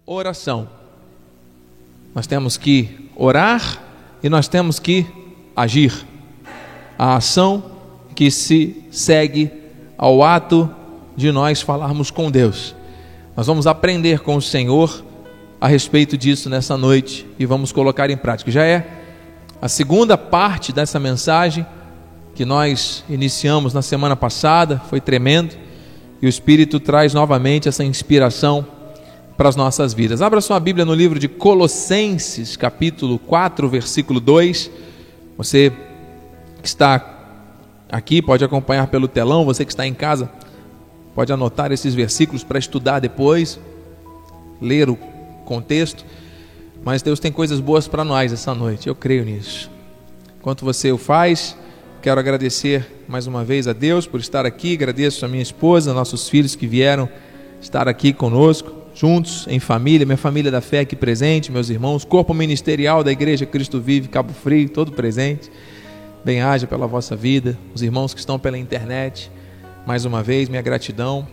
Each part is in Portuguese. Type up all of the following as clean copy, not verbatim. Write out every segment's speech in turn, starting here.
oração. Nós temos que orar e nós temos que agir. A ação que se segue ao ato de nós falarmos com Deus. Nós vamos aprender com o Senhor a respeito disso nessa noite e vamos colocar em prática. Já é a segunda parte dessa mensagem que nós iniciamos na semana passada, foi tremendo, e o Espírito traz novamente essa inspiração para as nossas vidas. Abra sua Bíblia no livro de Colossenses, capítulo 4, versículo 2. Você que está aqui pode acompanhar pelo telão, você que está em casa pode anotar esses versículos para estudar depois, ler o contexto, mas Deus tem coisas boas para nós essa noite, eu creio nisso. Enquanto você o faz, quero agradecer mais uma vez a Deus por estar aqui, agradeço a minha esposa, nossos filhos que vieram estar aqui conosco, juntos, em família, minha família da fé aqui presente, meus irmãos, corpo ministerial da Igreja Cristo Vive, Cabo Frio, todo presente, bem-haja pela vossa vida, os irmãos que estão pela internet, mais uma vez, minha gratidão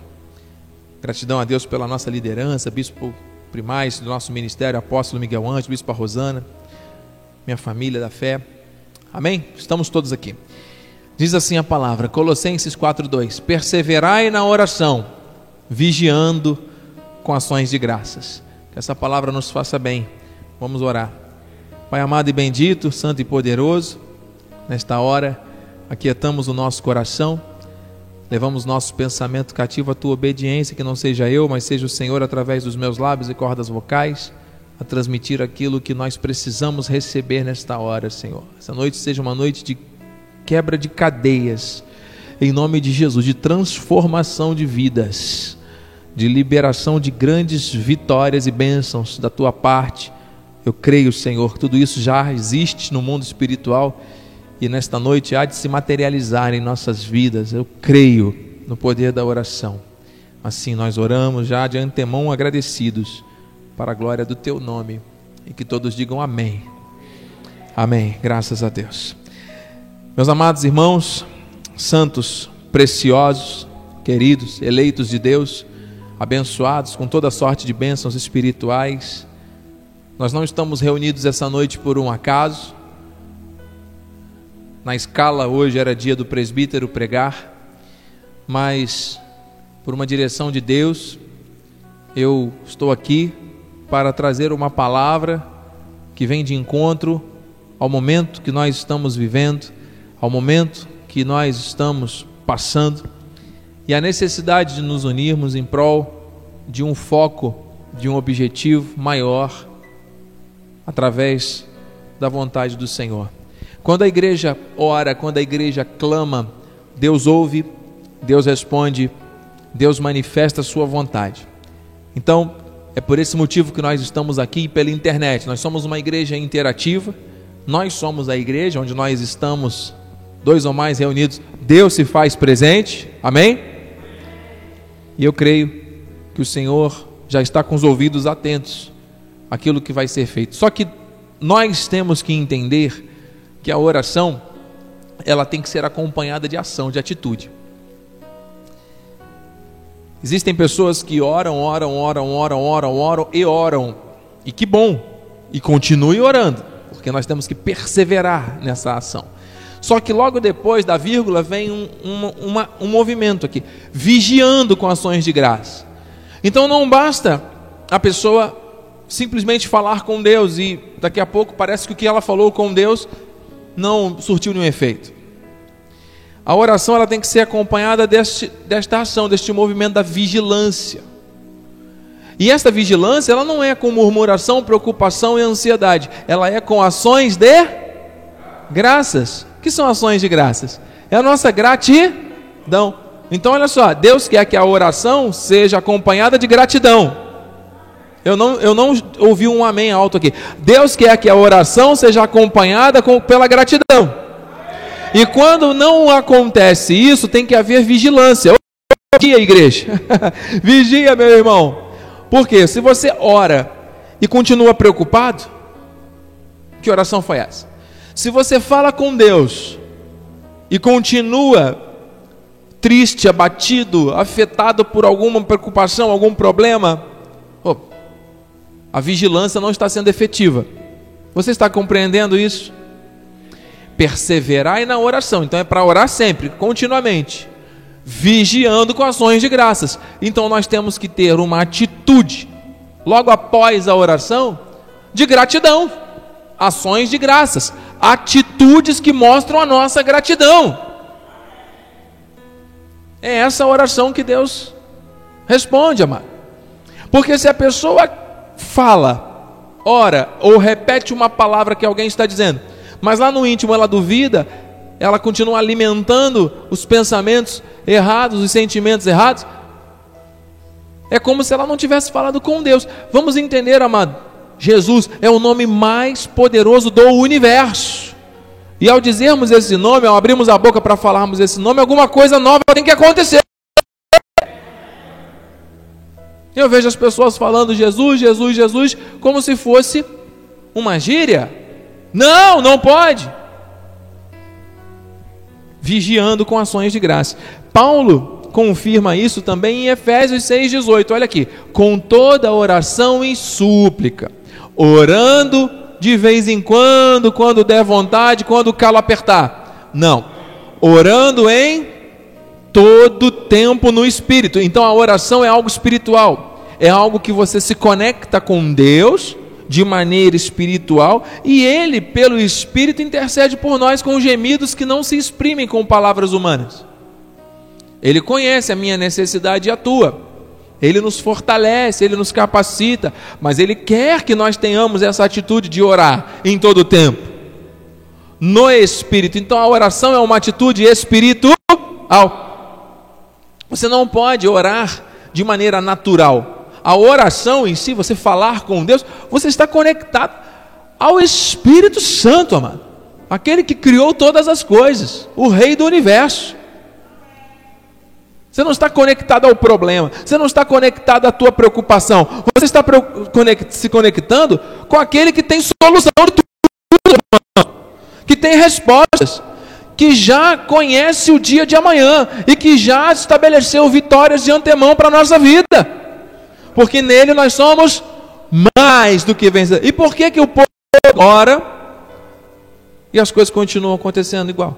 a Deus pela nossa liderança, Bispo Primaz do nosso ministério, Apóstolo Miguel Anjo, Bispo Rosana, minha família da fé, amém? Estamos todos aqui. Diz assim a palavra, Colossenses 4:2, perseverai na oração, vigiando com ações de graças. Que essa palavra nos faça bem. Vamos orar. Pai amado e bendito, santo e poderoso, nesta hora aquietamos o nosso coração, levamos nosso pensamento cativo à tua obediência, que não seja eu, mas seja o Senhor através dos meus lábios e cordas vocais, a transmitir aquilo que nós precisamos receber nesta hora, Senhor. Essa noite seja uma noite de quebra de cadeias, em nome de Jesus, de transformação de vidas, de liberação de grandes vitórias e bênçãos da tua parte. Eu creio, Senhor, que tudo isso já existe no mundo espiritual e nesta noite há de se materializar em nossas vidas. Eu creio no poder da oração. Assim nós oramos já de antemão agradecidos para a glória do teu nome e que todos digam amém. Amém, graças a Deus. Meus amados irmãos, santos, preciosos, queridos, eleitos de Deus, abençoados com toda sorte de bênçãos espirituais, nós não estamos reunidos essa noite por um acaso. Na escala hoje era dia do presbítero pregar, mas por uma direção de Deus, eu estou aqui para trazer uma palavra que vem de encontro ao momento que nós estamos vivendo, ao momento que nós estamos passando, e a necessidade de nos unirmos em prol de um foco, de um objetivo maior, através da vontade do Senhor. Quando a igreja ora, quando a igreja clama, Deus ouve, Deus responde, Deus manifesta a sua vontade. Então, é por esse motivo que nós estamos aqui pela internet. Nós somos uma igreja interativa, nós somos a igreja onde nós estamos, dois ou mais reunidos, Deus se faz presente, amém? E eu creio que o Senhor já está com os ouvidos atentos àquilo que vai ser feito. Só que nós temos que entender que a oração, ela tem que ser acompanhada de ação, de atitude. Existem pessoas que oram, e que bom, e continue orando, porque nós temos que perseverar nessa ação. Só que logo depois da vírgula vem um movimento aqui, vigiando com ações de graça. Então não basta a pessoa simplesmente falar com Deus e daqui a pouco parece que o que ela falou com Deus não surtiu nenhum efeito. A oração ela tem que ser acompanhada desta ação, deste movimento da vigilância. E esta vigilância ela não é com murmuração, preocupação e ansiedade, ela é com ações de graças. O que são ações de graças? É a nossa gratidão. Então olha só, Deus quer que a oração seja acompanhada de gratidão. Eu não ouvi um amém alto aqui. Deus quer que a oração seja acompanhada pela gratidão. E quando não acontece isso, tem que haver vigilância. Vigia, igreja. Vigia, meu irmão. Por quê? Se você ora e continua preocupado, que oração foi essa? Se você fala com Deus e continua triste, abatido, afetado por alguma preocupação, algum problema, a vigilância não está sendo efetiva. Você está compreendendo isso? Perseverai na oração. Então é para orar sempre, continuamente, vigiando com ações de graças. Então nós temos que ter uma atitude, logo após a oração, de gratidão. Ações de graças, atitudes que mostram a nossa gratidão. É essa oração que Deus responde, amado. Porque se a pessoa fala, ora ou repete uma palavra que alguém está dizendo, mas lá no íntimo ela duvida, ela continua alimentando os pensamentos errados, os sentimentos errados, é como se ela não tivesse falado com Deus. Vamos entender, amado, Jesus é o nome mais poderoso do universo, e ao dizermos esse nome, ao abrirmos a boca para falarmos esse nome, alguma coisa nova tem que acontecer. Eu vejo as pessoas falando Jesus, Jesus, Jesus, como se fosse uma gíria. Não, não pode. Vigiando com ações de graça. Paulo confirma isso também em Efésios 6,18. Olha aqui. Com toda oração e súplica, orando de vez em quando der vontade, quando o calo apertar. Não. Orando em todo tempo no Espírito. Então a oração é algo espiritual. É algo que você se conecta com Deus de maneira espiritual, e Ele, pelo Espírito, intercede por nós com gemidos que não se exprimem com palavras humanas. Ele conhece a minha necessidade e a tua. Ele nos fortalece, Ele nos capacita, mas Ele quer que nós tenhamos essa atitude de orar em todo o tempo, no Espírito. Então a oração é uma atitude espiritual. Você não pode orar de maneira natural. A oração em si, você falar com Deus, você está conectado ao Espírito Santo, amado. Aquele que criou todas as coisas, o Rei do Universo. Você não está conectado ao problema, você não está conectado à tua preocupação, você está se conectando com aquele que tem solução de tudo, que tem respostas, que já conhece o dia de amanhã e que já estabeleceu vitórias de antemão para a nossa vida. Porque nele nós somos mais do que vencedores. E por que o povo ora e as coisas continuam acontecendo igual?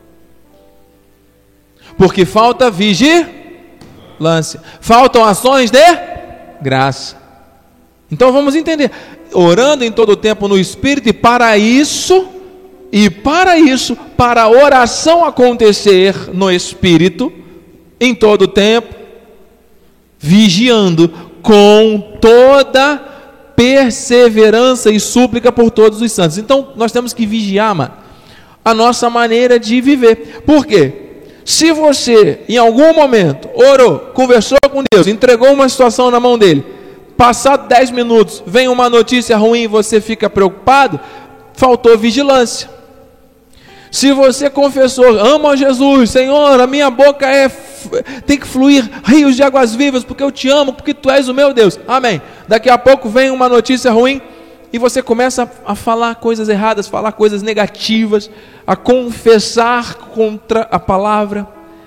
Porque falta vigilância, faltam ações de graça. Então vamos entender, orando em todo o tempo no Espírito, e para isso, para a oração acontecer no Espírito, em todo o tempo, vigiando com toda perseverança e súplica por todos os santos. Então nós temos que vigiar, mano, a nossa maneira de viver. Por quê? Se você em algum momento orou, conversou com Deus, entregou uma situação na mão dele, passado 10 minutos vem uma notícia ruim e você fica preocupado, faltou vigilância. Se você confessou, amo a Jesus, Senhor, a minha boca tem que fluir rios de águas vivas, porque eu te amo, porque tu és o meu Deus, amém. Daqui a pouco vem uma notícia ruim e você começa a falar coisas erradas, falar coisas negativas, a confessar contra a palavra.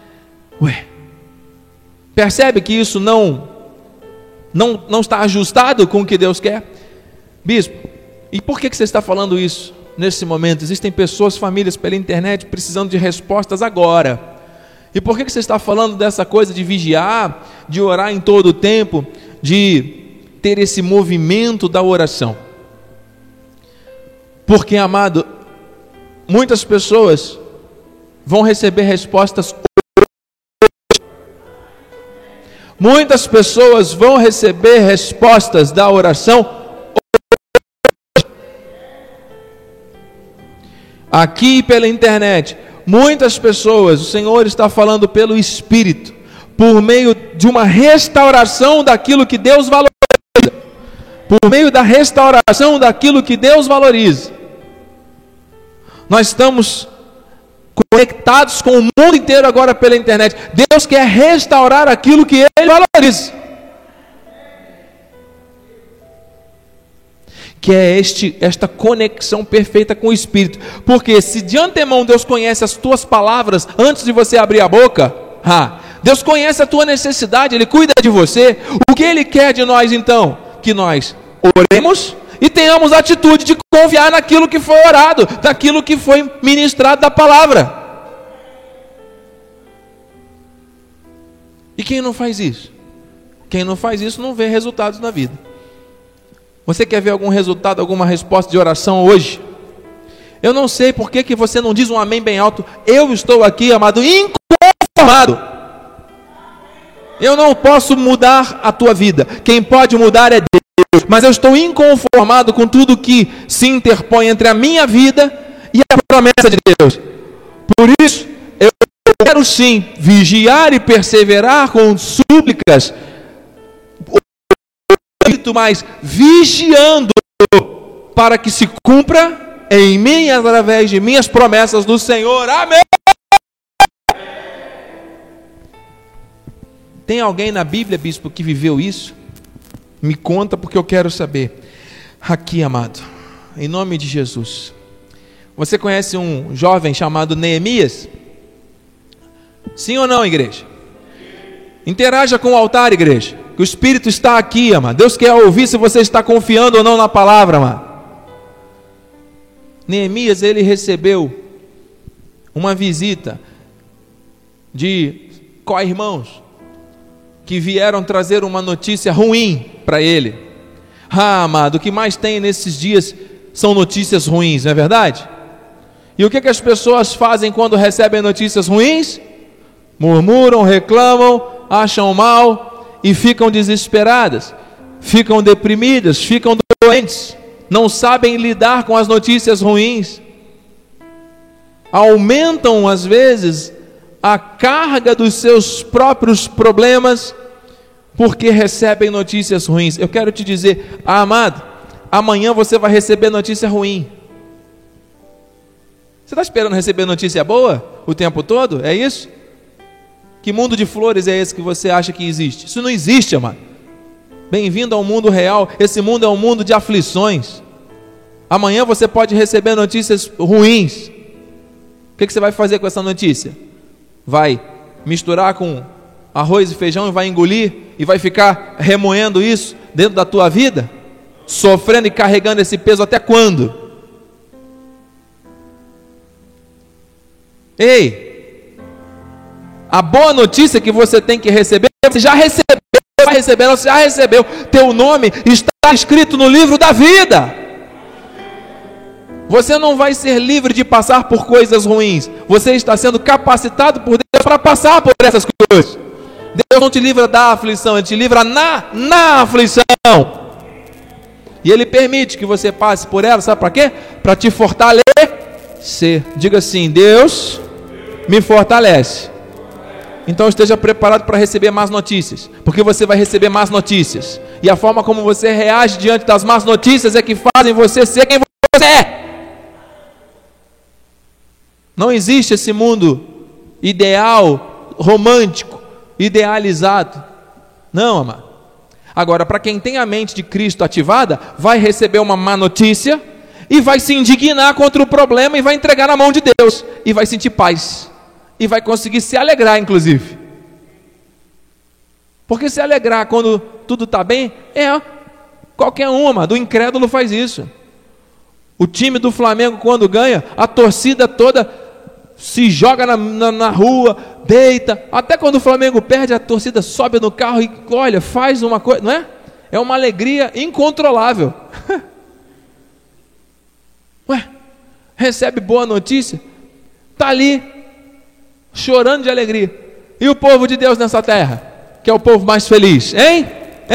Percebe que isso não está ajustado com o que Deus quer? Bispo, e por que você está falando isso nesse momento? Existem pessoas, famílias pela internet precisando de respostas agora. E por que você está falando dessa coisa de vigiar, de orar em todo o tempo, de ter esse movimento da oração? Porque, amado, muitas pessoas vão receber respostas hoje. Muitas pessoas vão receber respostas da oração hoje. Aqui pela internet, muitas pessoas, o Senhor está falando pelo Espírito, por meio de uma restauração daquilo que Deus valoriza, por meio da restauração daquilo que Deus valoriza. Nós estamos conectados com o mundo inteiro agora pela internet. Deus quer restaurar aquilo que Ele valoriza, que é esta conexão perfeita com o Espírito. Porque se de antemão Deus conhece as tuas palavras antes de você abrir a boca, Deus conhece a tua necessidade, Ele cuida de você. O que Ele quer de nós então? Que nós oremos e tenhamos a atitude de confiar naquilo que foi orado, naquilo que foi ministrado da palavra. E quem não faz isso? Quem não faz isso não vê resultados na vida. Você quer ver algum resultado, alguma resposta de oração hoje? Eu não sei por que você não diz um amém bem alto. Eu estou aqui, amado, inconformado. Eu não posso mudar a tua vida. Quem pode mudar é Deus. Mas eu estou inconformado com tudo que se interpõe entre a minha vida e a promessa de Deus. Por isso, eu quero sim vigiar e perseverar com súplicas, mas vigiando para que se cumpra em mim, através de mim, as promessas do Senhor. Amém! Tem alguém na Bíblia, bispo, que viveu isso? Me conta, porque eu quero saber. Aqui, amado, em nome de Jesus. Você conhece um jovem chamado Neemias? Sim ou não, igreja? Interaja com o altar, igreja, que o Espírito está aqui, amado. Deus quer ouvir se você está confiando ou não na palavra, amado. Neemias, ele recebeu uma visita de co-irmãos que vieram trazer uma notícia ruim para ele. Amado, o que mais tem nesses dias são notícias ruins, não é verdade? E o que as pessoas fazem quando recebem notícias ruins? Murmuram, reclamam, acham mal e ficam desesperadas, ficam deprimidas, ficam doentes, não sabem lidar com as notícias ruins, aumentam às vezes a carga dos seus próprios problemas, porque recebem notícias ruins. Eu quero te dizer, amado, amanhã você vai receber notícia ruim. Você está esperando receber notícia boa o tempo todo? É isso? Que mundo de flores é esse que você acha que existe? Isso não existe, amado. Bem-vindo ao mundo real. Esse mundo é um mundo de aflições. Amanhã você pode receber notícias ruins. O que você vai fazer com essa notícia? Vai misturar com arroz e feijão e vai engolir e vai ficar remoendo isso dentro da tua vida? Sofrendo e carregando esse peso até quando? Ei, a boa notícia que você tem que receber, você já recebeu, você já recebeu. Teu nome está escrito no livro da vida. Você não vai ser livre de passar por coisas ruins. Você está sendo capacitado por Deus para passar por essas coisas. Deus não te livra da aflição, Ele te livra na aflição. E Ele permite que você passe por ela, sabe para quê? Para te fortalecer. Diga assim: Deus me fortalece. Então esteja preparado para receber más notícias, porque você vai receber más notícias. E a forma como você reage diante das más notícias é que fazem você ser quem você é. Não existe esse mundo ideal, romântico, idealizado. Não, amado. Agora, para quem tem a mente de Cristo ativada, vai receber uma má notícia e vai se indignar contra o problema e vai entregar na mão de Deus e vai sentir paz e vai conseguir se alegrar, inclusive. Porque se alegrar quando tudo está bem qualquer um, amado. O incrédulo faz isso. O time do Flamengo, quando ganha, a torcida toda se joga na rua, deita. Até quando o Flamengo perde, a torcida sobe no carro e olha, faz uma coisa, não é? É uma alegria incontrolável. Ué, recebe boa notícia, está ali chorando de alegria. E o povo de Deus nessa terra, que é o povo mais feliz, hein?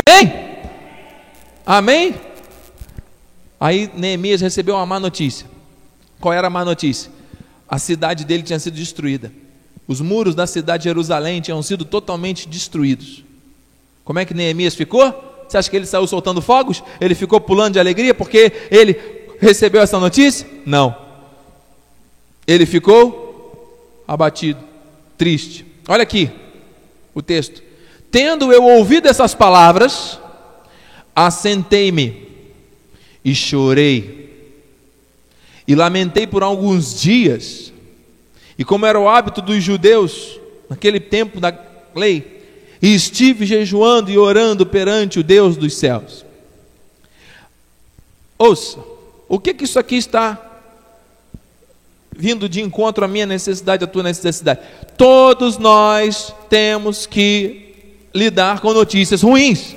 Amém? Aí Neemias recebeu uma má notícia. Qual era a má notícia? A cidade dele tinha sido destruída. Os muros da cidade de Jerusalém tinham sido totalmente destruídos. Como é que Neemias ficou? Você acha que ele saiu soltando fogos? Ele ficou pulando de alegria porque ele recebeu essa notícia? Não. Ele ficou abatido, triste. Olha aqui o texto. Tendo eu ouvido essas palavras, assentei-me e chorei, e lamentei por alguns dias, e como era o hábito dos judeus, naquele tempo da lei, e estive jejuando e orando perante o Deus dos céus. Ouça, o que isso aqui está vindo de encontro à minha necessidade, à tua necessidade? Todos nós temos que lidar com notícias ruins.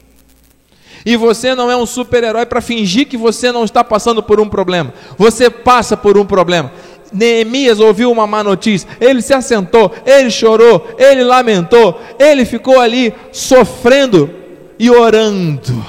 E você não é um super-herói para fingir que você não está passando por um problema. Você passa por um problema. Neemias ouviu uma má notícia, ele se assentou, ele chorou, ele lamentou, ele ficou ali sofrendo e orando.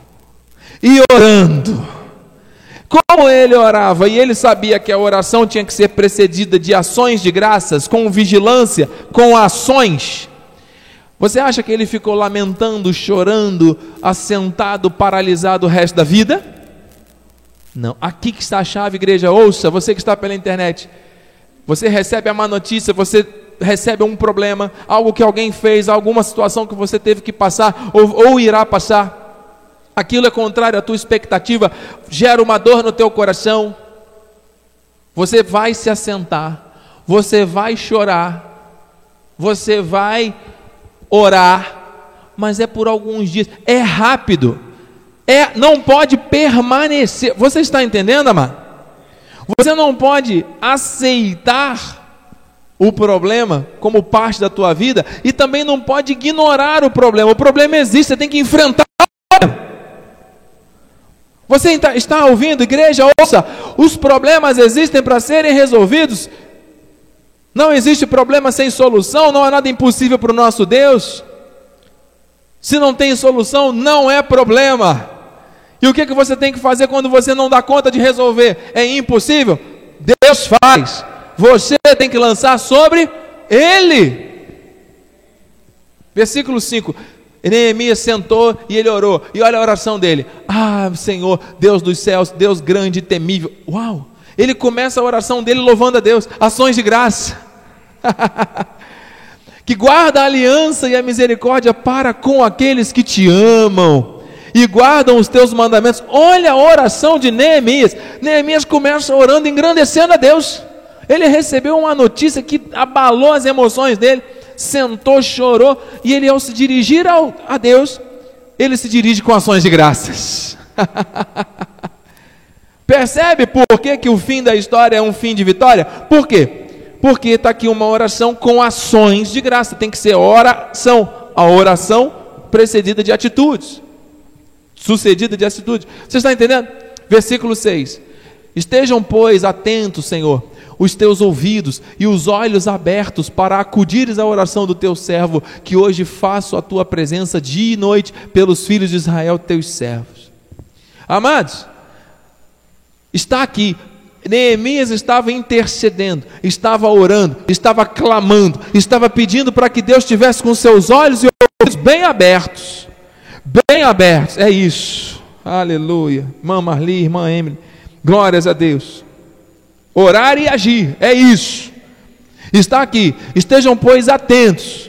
E orando. Como ele orava, e ele sabia que a oração tinha que ser precedida de ações de graças, com vigilância, com ações. Você acha que ele ficou lamentando, chorando, assentado, paralisado o resto da vida? Não. Aqui que está a chave, igreja. Ouça, você que está pela internet. Você recebe a má notícia, você recebe um problema, algo que alguém fez, alguma situação que você teve que passar ou irá passar. Aquilo é contrário à tua expectativa, gera uma dor no teu coração. Você vai se assentar, você vai chorar, você vai orar, mas é por alguns dias, é rápido, não pode permanecer. Você está entendendo, amado? Você não pode aceitar o problema como parte da tua vida e também não pode ignorar o problema existe, você tem que enfrentar o problema. Você está ouvindo, igreja? Ouça, os problemas existem para serem resolvidos. Não existe problema sem solução, não há nada impossível para o nosso Deus. Se não tem solução, não é problema. E o que você tem que fazer quando você não dá conta de resolver? É impossível? Deus faz. Você tem que lançar sobre Ele. Versículo 5. Neemias sentou e ele orou. E olha a oração dele. Ah, Senhor, Deus dos céus, Deus grande e temível. Uau! Ele começa a oração dele louvando a Deus. Ações de graça. Que guarda a aliança e a misericórdia para com aqueles que te amam e guardam os teus mandamentos. Olha a oração de Neemias. Neemias começa orando, engrandecendo a Deus. Ele recebeu uma notícia que abalou as emoções dele. Sentou, chorou, e ele, ao se dirigir a Deus, ele se dirige com ações de graças. Percebe por que o fim da história é um fim de vitória? Por quê? Porque está aqui uma oração com ações de graça. Tem que ser oração. A oração precedida de atitudes, sucedida de atitudes. Você está entendendo? Versículo 6. Estejam, pois, atentos, Senhor, os teus ouvidos e os olhos abertos para acudires à oração do teu servo, que hoje faço a tua presença dia e noite pelos filhos de Israel, teus servos. Amados, está aqui, Neemias estava intercedendo, estava orando, estava clamando, estava pedindo para que Deus estivesse com seus olhos e ouvidos bem abertos, é isso, aleluia. Irmã Marli, irmã Emily, glórias a Deus. Orar e agir, é isso. Está aqui. Estejam, pois, atentos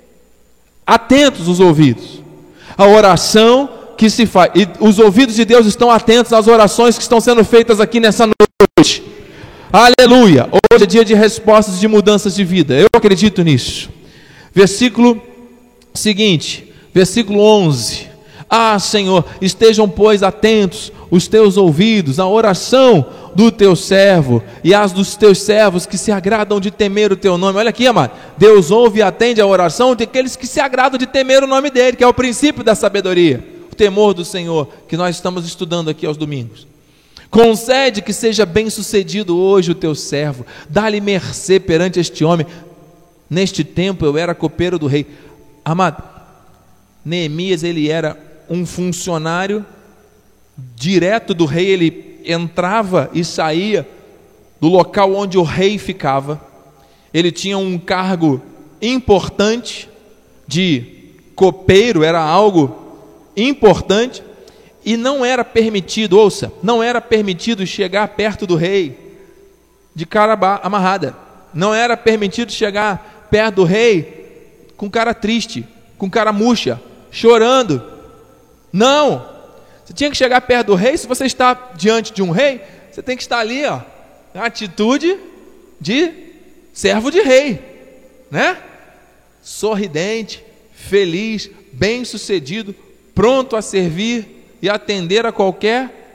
os ouvidos. A oração que se faz, e os ouvidos de Deus estão atentos às orações que estão sendo feitas aqui nessa noite. Aleluia. Hoje é dia de respostas, de mudanças de vida. Eu acredito nisso. Versículo seguinte, versículo 11. Ah, Senhor, estejam, pois, atentos os teus ouvidos à oração do teu servo e às dos teus servos que se agradam de temer o teu nome. Olha aqui, amado, Deus ouve e atende a oração daqueles que se agradam de temer o nome dele, que é o princípio da sabedoria, o temor do Senhor, que nós estamos estudando aqui aos domingos. Concede que seja bem sucedido hoje o teu servo, dá-lhe mercê perante este homem. Neste tempo eu era copeiro do rei. Amado, Neemias, ele era um funcionário direto do rei. Ele entrava e saía do local onde o rei ficava. Ele tinha um cargo importante de copeiro, era algo importante, e não era permitido, ouça, não era permitido chegar perto do rei de cara amarrada, não era permitido chegar perto do rei com cara triste, com cara murcha, chorando. Não, você tinha que chegar perto do rei. Se você está diante de um rei, você tem que estar ali, ó, na atitude de servo de rei, né? Sorridente, feliz, bem-sucedido, pronto a servir e atender a qualquer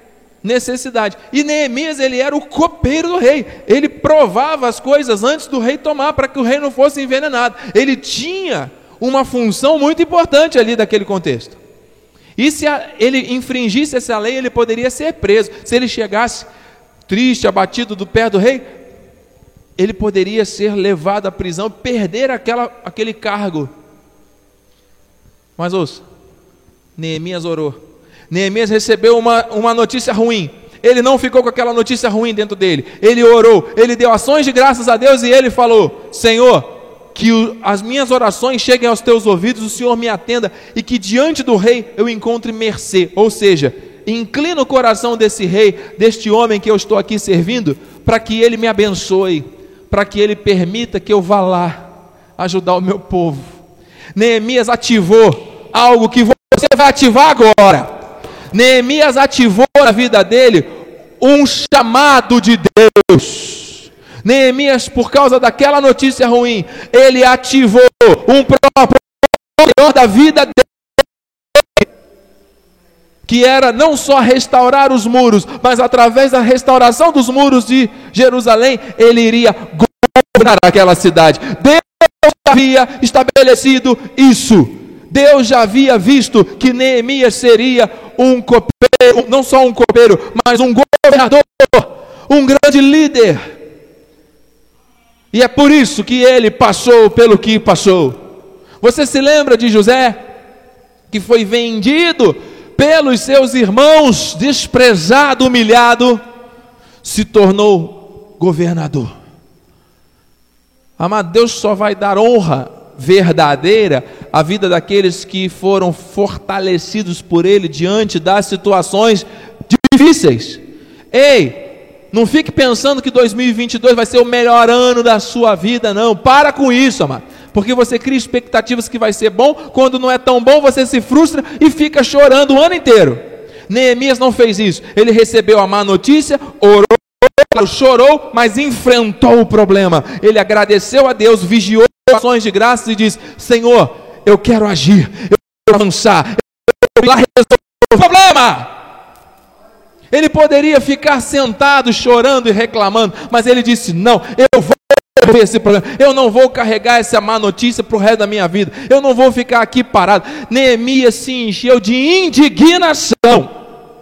necessidade. E Neemias, ele era o copeiro do rei. Ele provava as coisas antes do rei tomar, para que o rei não fosse envenenado. Ele tinha uma função muito importante ali daquele contexto. E se ele infringisse essa lei, ele poderia ser preso. Se ele chegasse triste, abatido do pé do rei, ele poderia ser levado à prisão, perder aquele cargo. Mas ouça, Neemias orou. Neemias recebeu uma notícia ruim. Ele não ficou com aquela notícia ruim dentro dele. Ele orou, ele deu ações de graças a Deus e ele falou: Senhor, que as minhas orações cheguem aos teus ouvidos, o Senhor me atenda e que diante do rei eu encontre mercê. Ou seja, inclina o coração desse rei, deste homem que eu estou aqui servindo, para que ele me abençoe, para que ele permita que eu vá lá ajudar o meu povo. Neemias ativou algo que você vai ativar agora. Neemias ativou na vida dele um chamado de Deus. Neemias, por causa daquela notícia ruim, ele ativou um propósito maior da vida dele, que era não só restaurar os muros, mas através da restauração dos muros de Jerusalém, ele iria governar aquela cidade. Deus havia estabelecido isso. Deus já havia visto que Neemias seria um copeiro, não só um copeiro, mas um governador, um grande líder. E é por isso que ele passou pelo que passou. Você se lembra de José, que foi vendido pelos seus irmãos, desprezado, humilhado, se tornou governador. Amado, Deus só vai dar honra verdadeira à vida daqueles que foram fortalecidos por Ele diante das situações difíceis. Ei, não fique pensando que 2022 vai ser o melhor ano da sua vida, não. Para com isso, amado, porque você cria expectativas que vai ser bom. Quando não é tão bom, você se frustra e fica chorando o ano inteiro. Neemias não fez isso. Ele recebeu a má notícia, orou, chorou, mas enfrentou o problema. Ele agradeceu a Deus, vigiou ações de graça e diz: Senhor, eu quero agir, eu quero avançar, eu quero resolver o problema. Ele poderia ficar sentado chorando e reclamando, mas ele disse: não, eu vou resolver esse problema, eu não vou carregar essa má notícia para o resto da minha vida, eu não vou ficar aqui parado. Neemias se encheu de indignação.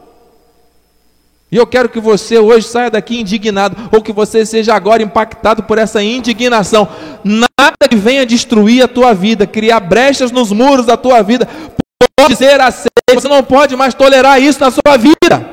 E eu quero que você hoje saia daqui indignado, ou que você seja agora impactado por essa indignação. Nada que venha destruir a tua vida, criar brechas nos muros da tua vida, pode ser aceito. Você não pode mais tolerar isso na sua vida.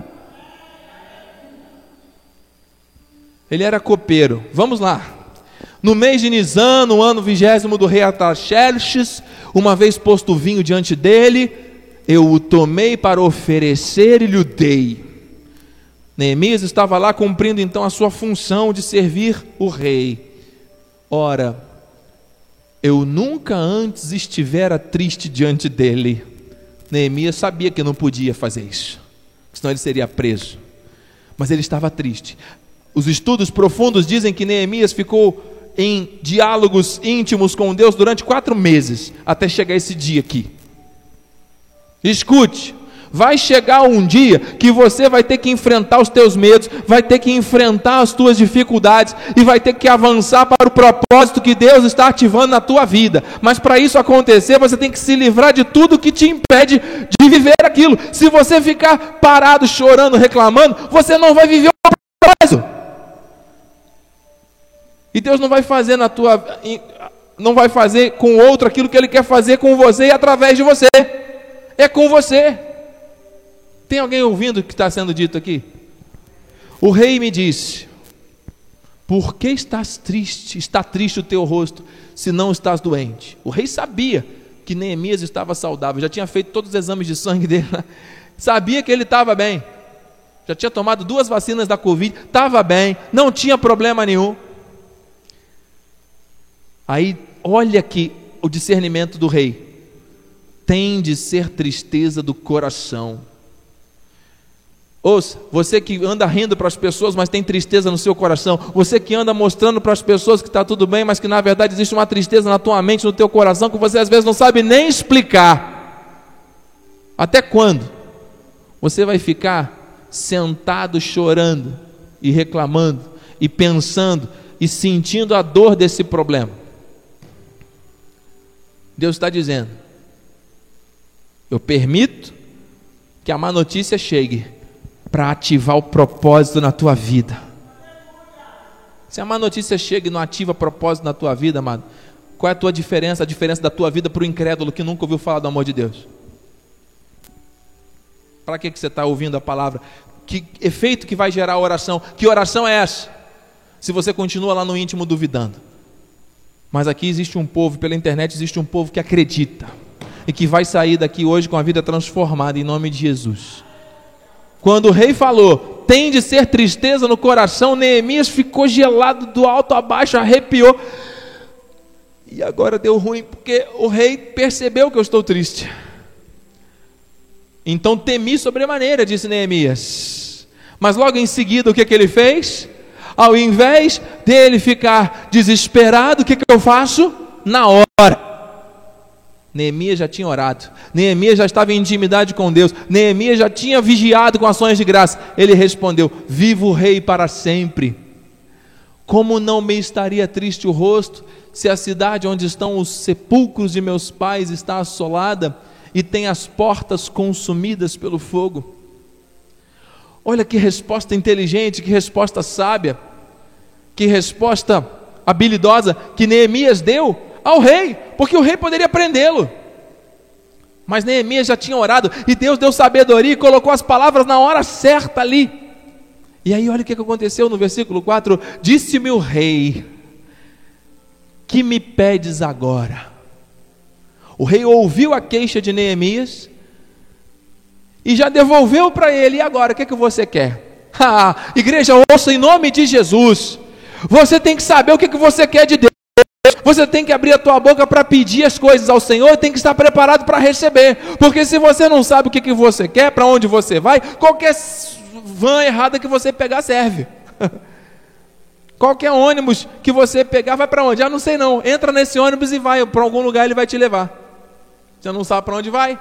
Ele era copeiro. Vamos lá. No mês de Nisan, no ano 20º do rei Artaxerxes, uma vez posto o vinho diante dele, eu o tomei para oferecer e lhe dei. Neemias estava lá cumprindo então a sua função de servir o rei. Ora, eu nunca antes estivera triste diante dele. Neemias sabia que não podia fazer isso, senão ele seria preso. Mas ele estava triste. Os estudos profundos dizem que Neemias ficou em diálogos íntimos com Deus durante 4 meses, até chegar esse dia aqui. Escute. Vai chegar um dia que você vai ter que enfrentar os teus medos, vai ter que enfrentar as tuas dificuldades e vai ter que avançar para o propósito que Deus está ativando na tua vida. Mas para isso acontecer, você tem que se livrar de tudo que te impede de viver aquilo. Se você ficar parado, chorando, reclamando, você não vai viver o propósito. E Deus não vai fazer não vai fazer com o outro aquilo que Ele quer fazer com você e através de você. É com você. Tem alguém ouvindo o que está sendo dito aqui? O rei me disse: por que estás triste? Está triste o teu rosto, se não estás doente? O rei sabia que Neemias estava saudável, já tinha feito todos os exames de sangue dele, sabia que ele estava bem, já tinha tomado 2 vacinas da Covid, estava bem, não tinha problema nenhum. Aí, olha aqui o discernimento do rei: tem de ser tristeza do coração. Ouça, você que anda rindo para as pessoas, mas tem tristeza no seu coração. Você que anda mostrando para as pessoas que está tudo bem, mas que na verdade existe uma tristeza na tua mente, no teu coração, que você às vezes não sabe nem explicar. Até quando você vai ficar sentado chorando e reclamando e pensando e sentindo a dor desse problema. Deus está dizendo: eu permito que a má notícia chegue para ativar o propósito na tua vida. Se a má notícia chega e não ativa propósito na tua vida, amado, qual é a tua diferença, a diferença da tua vida para o incrédulo que nunca ouviu falar do amor de Deus? Para que você está ouvindo a palavra? Que efeito que vai gerar a oração? Que oração é essa? Se você continua lá no íntimo duvidando. Mas aqui existe um povo, pela internet existe um povo que acredita e que vai sair daqui hoje com a vida transformada em nome de Jesus. Quando o rei falou, tem de ser tristeza no coração, Neemias ficou gelado do alto a baixo, arrepiou. E agora deu ruim, porque o rei percebeu que eu estou triste. Então temi sobremaneira, disse Neemias. Mas logo em seguida, o que ele fez? Ao invés dele ficar desesperado, o que eu faço? Na hora. Neemias já tinha orado, Neemias já estava em intimidade com Deus, Neemias já tinha vigiado com ações de graça. Ele respondeu: viva o rei para sempre. Como não me estaria triste o rosto, se a cidade onde estão os sepulcros de meus pais está assolada e tem as portas consumidas pelo fogo? Olha que resposta inteligente, que resposta sábia, que resposta habilidosa que Neemias deu ao rei, porque o rei poderia prendê-lo. Mas Neemias já tinha orado e Deus deu sabedoria e colocou as palavras na hora certa ali. E aí olha o que aconteceu no versículo 4: disse-me o rei, que me pedes agora? O rei ouviu a queixa de Neemias e já devolveu para ele. E agora, o que você quer? Igreja, ouça em nome de Jesus. Você tem que saber o que você quer de Deus. Você tem que abrir a tua boca para pedir as coisas ao Senhor e tem que estar preparado para receber. Porque se você não sabe o que você quer, para onde você vai, qualquer van errada que você pegar serve. Qualquer ônibus que você pegar vai para onde? Não sei não. Entra nesse ônibus e vai para algum lugar, ele vai te levar. Você não sabe para onde vai?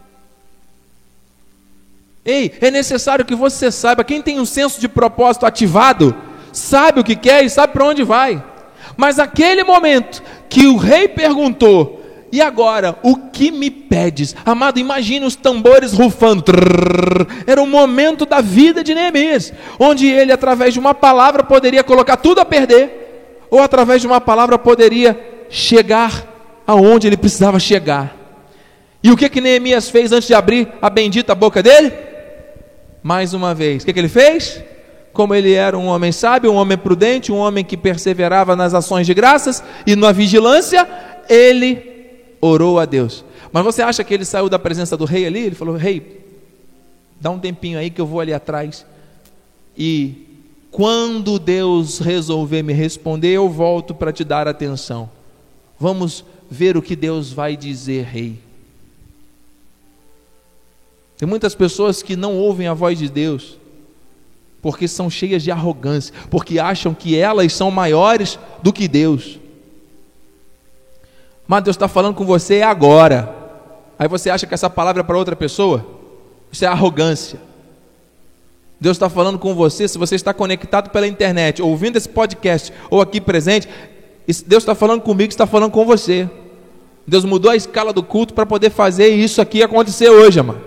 Ei, é necessário que você saiba. Quem tem um senso de propósito ativado, sabe o que quer e sabe para onde vai. Mas aquele momento que o rei perguntou: e agora, o que me pedes? Amado, imagine os tambores rufando. Era o momento da vida de Neemias, onde ele, através de uma palavra, poderia colocar tudo a perder, ou através de uma palavra poderia chegar aonde ele precisava chegar. E o que Neemias fez antes de abrir a bendita boca dele? Mais uma vez, o que ele fez? Como ele era um homem sábio, um homem prudente, um homem que perseverava nas ações de graças e na vigilância, ele orou a Deus. Mas você acha que ele saiu da presença do rei ali? Ele falou: rei, dá um tempinho aí que eu vou ali atrás, e quando Deus resolver me responder, eu volto para te dar atenção. Vamos ver o que Deus vai dizer, rei. Tem muitas pessoas que não ouvem a voz de Deus porque são cheias de arrogância, porque acham que elas são maiores do que Deus. Mas Deus está falando com você agora. Aí você acha que essa palavra é para outra pessoa? Isso é arrogância. Deus está falando com você. Se você está conectado pela internet, ouvindo esse podcast, ou aqui presente, Deus está falando comigo, está falando com você. Deus mudou a escala do culto para poder fazer isso aqui acontecer hoje, amado.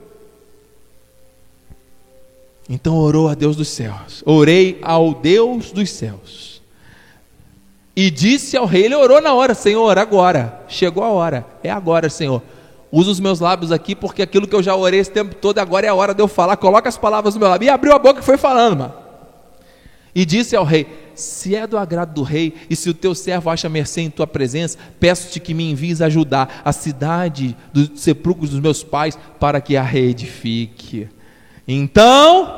Então orou a Deus dos céus. Orei ao Deus dos céus. E disse ao rei, ele orou na hora: Senhor, agora, chegou a hora, é agora, Senhor. Usa os meus lábios aqui, porque aquilo que eu já orei esse tempo todo, agora é a hora de eu falar. Coloca as palavras no meu lábio. E abriu a boca e foi falando, mano. E disse ao rei: se é do agrado do rei, e se o teu servo acha mercê em tua presença, peço-te que me envies ajudar a cidade dos sepulcros dos meus pais, para que a reedifique. Então,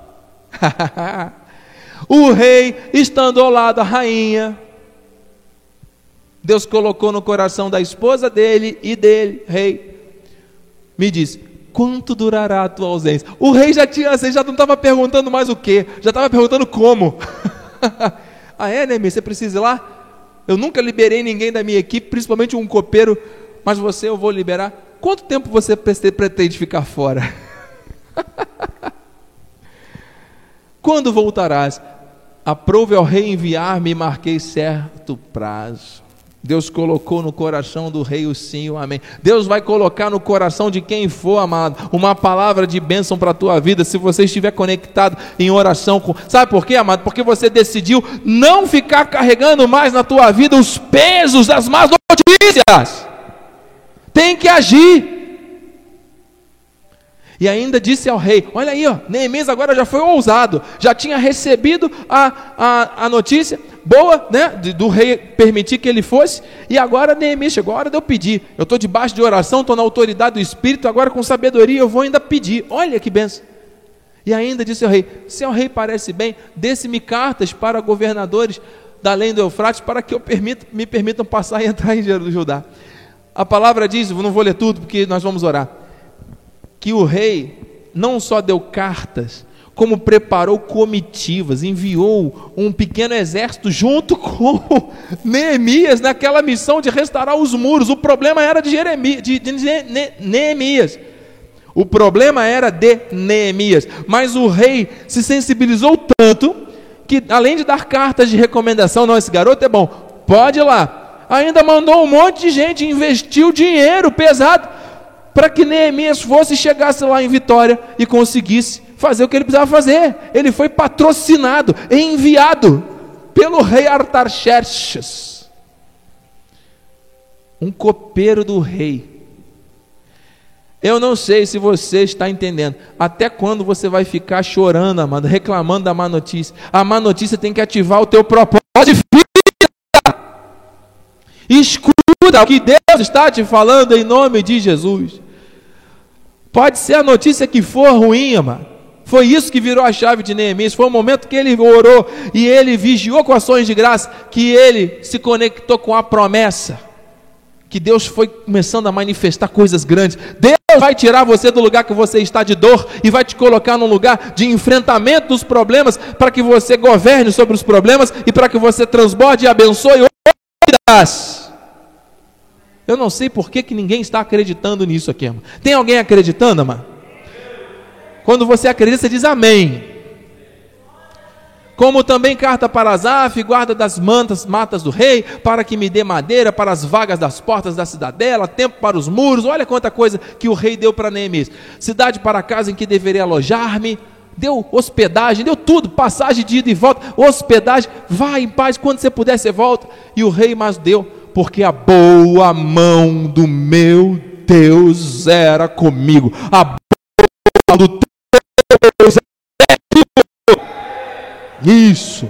o rei, estando ao lado da rainha, Deus colocou no coração da esposa dele e dele, rei, me disse: quanto durará a tua ausência? O rei já não estava perguntando mais o que, já estava perguntando como. Neemias, você precisa ir lá? Eu nunca liberei ninguém da minha equipe, principalmente um copeiro, mas você eu vou liberar. Quanto tempo você pretende ficar fora? Quando voltarás? Aprouve ao rei enviar-me e marquei certo prazo. Deus colocou no coração do rei o sim e o amém. Deus vai colocar no coração de quem for, amado, uma palavra de bênção para a tua vida, se você estiver conectado em oração com... Sabe por quê, amado? Porque você decidiu não ficar carregando mais na tua vida os pesos das más notícias. Tem que agir. E ainda disse ao rei, olha aí, ó, Neemias agora já foi ousado, já tinha recebido a notícia boa, né, do rei permitir que ele fosse, e agora Neemias chegou a hora de eu pedir. Eu estou debaixo de oração, estou na autoridade do Espírito, agora com sabedoria eu vou ainda pedir. Olha que bênção. E ainda disse ao rei, se ao rei parece bem, dê-me cartas para governadores da além do Eufrates, para que me permitam passar e entrar em Judá. A palavra diz, não vou ler tudo porque nós vamos orar, que o rei não só deu cartas, como preparou comitivas, enviou um pequeno exército junto com Neemias naquela missão de restaurar os muros. O problema era de Neemias. O problema era de Neemias. Mas o rei se sensibilizou tanto que, além de dar cartas de recomendação, não, esse garoto é bom, pode ir lá, ainda mandou um monte de gente, investiu dinheiro pesado para que Neemias fosse e chegasse lá em Vitória e conseguisse fazer o que ele precisava fazer. Ele foi patrocinado, enviado pelo rei Artaxerxes, um copeiro do rei. Eu não sei se você está entendendo, até quando você vai ficar chorando, amado, reclamando da má notícia. A má notícia tem que ativar o teu propósito de vida. Escuta o que Deus está te falando em nome de Jesus. Pode ser a notícia que for ruim, amado. Foi isso que virou a chave de Neemias. Foi o momento que ele orou e ele vigiou com ações de graça, que ele se conectou com a promessa, que Deus foi começando a manifestar coisas grandes. Deus vai tirar você do lugar que você está de dor e vai te colocar num lugar de enfrentamento dos problemas, para que você governe sobre os problemas e para que você transborde e abençoe outras. Eu não sei por que ninguém está acreditando nisso aqui, amado. Tem alguém acreditando, amado? Quando você acredita, você diz amém. Como também carta para Asaf, guarda das matas do rei, para que me dê madeira para as vagas das portas da cidadela, tempo para os muros. Olha quanta coisa que o rei deu para Neemias. Cidade para a casa em que deveria alojar-me. Deu hospedagem, deu tudo, passagem de ida e volta, hospedagem, vai em paz, quando você puder você volta. E o rei mais deu, porque a boa mão do meu Deus era comigo. A boa mão do Deus era comigo. Isso.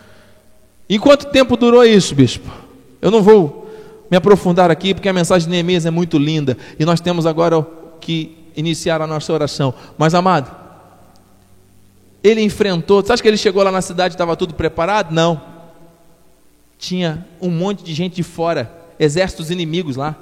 E quanto tempo durou isso, bispo? Eu não vou me aprofundar aqui, porque a mensagem de Neemias é muito linda, e nós temos agora que iniciar a nossa oração. Mas, amado, ele enfrentou, você acha que ele chegou lá na cidade e estava tudo preparado? Não. Tinha um monte de gente de fora, exércitos inimigos lá,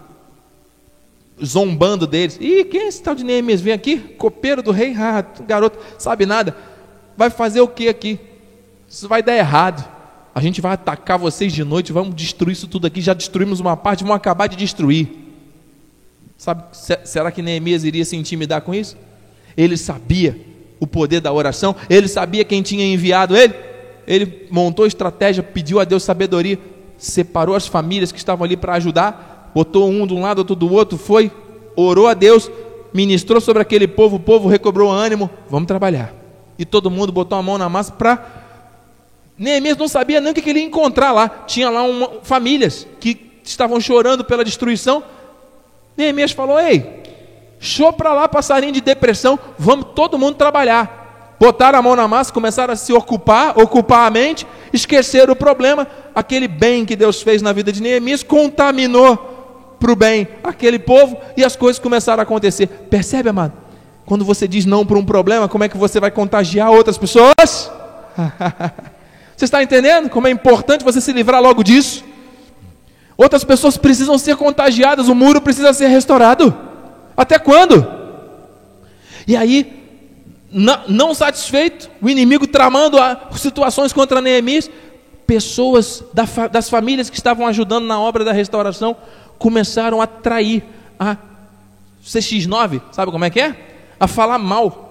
zombando deles. Ih, quem é esse tal de Neemias? Vem aqui, copeiro do rei, garoto, sabe nada, vai fazer o que aqui? Isso vai dar errado, a gente vai atacar vocês de noite, vamos destruir isso tudo aqui, já destruímos uma parte, vamos acabar de destruir. Sabe, será que Neemias iria se intimidar com isso? Ele sabia o poder da oração, ele sabia quem tinha enviado ele. Ele montou estratégia, pediu a Deus sabedoria, separou as famílias que estavam ali para ajudar, botou um de um lado, outro do outro, foi, orou a Deus, ministrou sobre aquele povo, o povo recobrou ânimo, vamos trabalhar. E todo mundo botou a mão na massa para... Neemias não sabia nem o que ele ia encontrar lá. Tinha lá famílias que estavam chorando pela destruição. Neemias falou, ei, show para lá, passarinho de depressão, vamos todo mundo trabalhar. Botaram a mão na massa, começaram a se ocupar a mente, esqueceram o problema. Aquele bem que Deus fez na vida de Neemias contaminou para o bem aquele povo, e as coisas começaram a acontecer. Percebe, amado? Quando você diz não para um problema, como é que você vai contagiar outras pessoas? Você está entendendo como é importante você se livrar logo disso? Outras pessoas precisam ser contagiadas, o muro precisa ser restaurado. Até quando? E aí, não satisfeito, o inimigo tramando situações contra Neemias, pessoas das famílias que estavam ajudando na obra da restauração começaram a trair a CX9, sabe como é que é? A falar mal.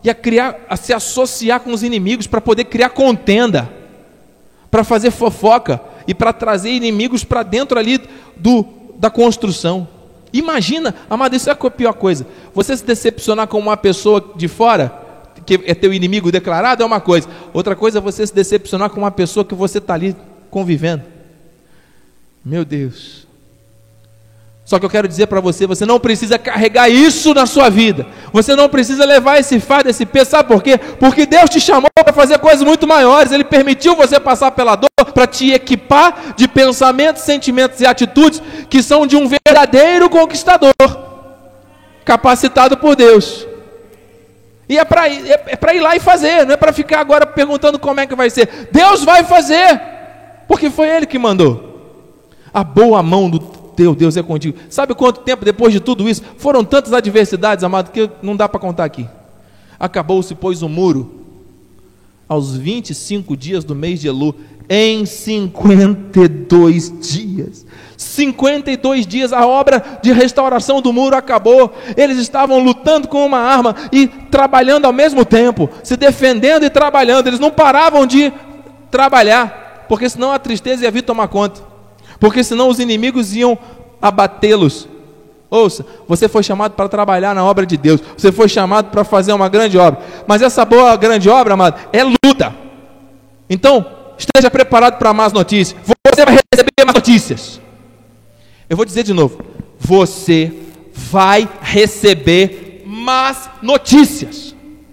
e a se associar com os inimigos para poder criar contenda, para fazer fofoca e para trazer inimigos para dentro ali da construção. Imagina, amado, isso é a pior coisa. Você se decepcionar com uma pessoa de fora, que é teu inimigo declarado, é uma coisa. Outra coisa é você se decepcionar com uma pessoa que você está ali convivendo. Meu Deus. Só que eu quero dizer para você, você não precisa carregar isso na sua vida. Você não precisa levar esse fardo, esse peso. Sabe por quê? Porque Deus te chamou para fazer coisas muito maiores. Ele permitiu você passar pela dor para te equipar de pensamentos, sentimentos e atitudes que são de um verdadeiro conquistador, capacitado por Deus. E é para ir lá e fazer, não é para ficar agora perguntando como é que vai ser. Deus vai fazer, porque foi Ele que mandou. A boa mão do teu Deus é contigo. Sabe quanto tempo depois de tudo isso? Foram tantas adversidades, amado, que não dá para contar aqui. Acabou-se, pois, o muro aos 25 dias do mês de Elul, em 52 dias. 52 dias a obra de restauração do muro acabou. Eles estavam lutando com uma arma e trabalhando ao mesmo tempo, se defendendo e trabalhando. Eles não paravam de trabalhar, porque senão a tristeza ia vir tomar conta. Porque senão os inimigos iam abatê-los. Ouça, você foi chamado para trabalhar na obra de Deus. Você foi chamado para fazer uma grande obra. Mas essa boa grande obra, amado, é luta. Então, esteja preparado para más notícias. Você vai receber más notícias. Eu vou dizer de novo. Você vai receber más notícias.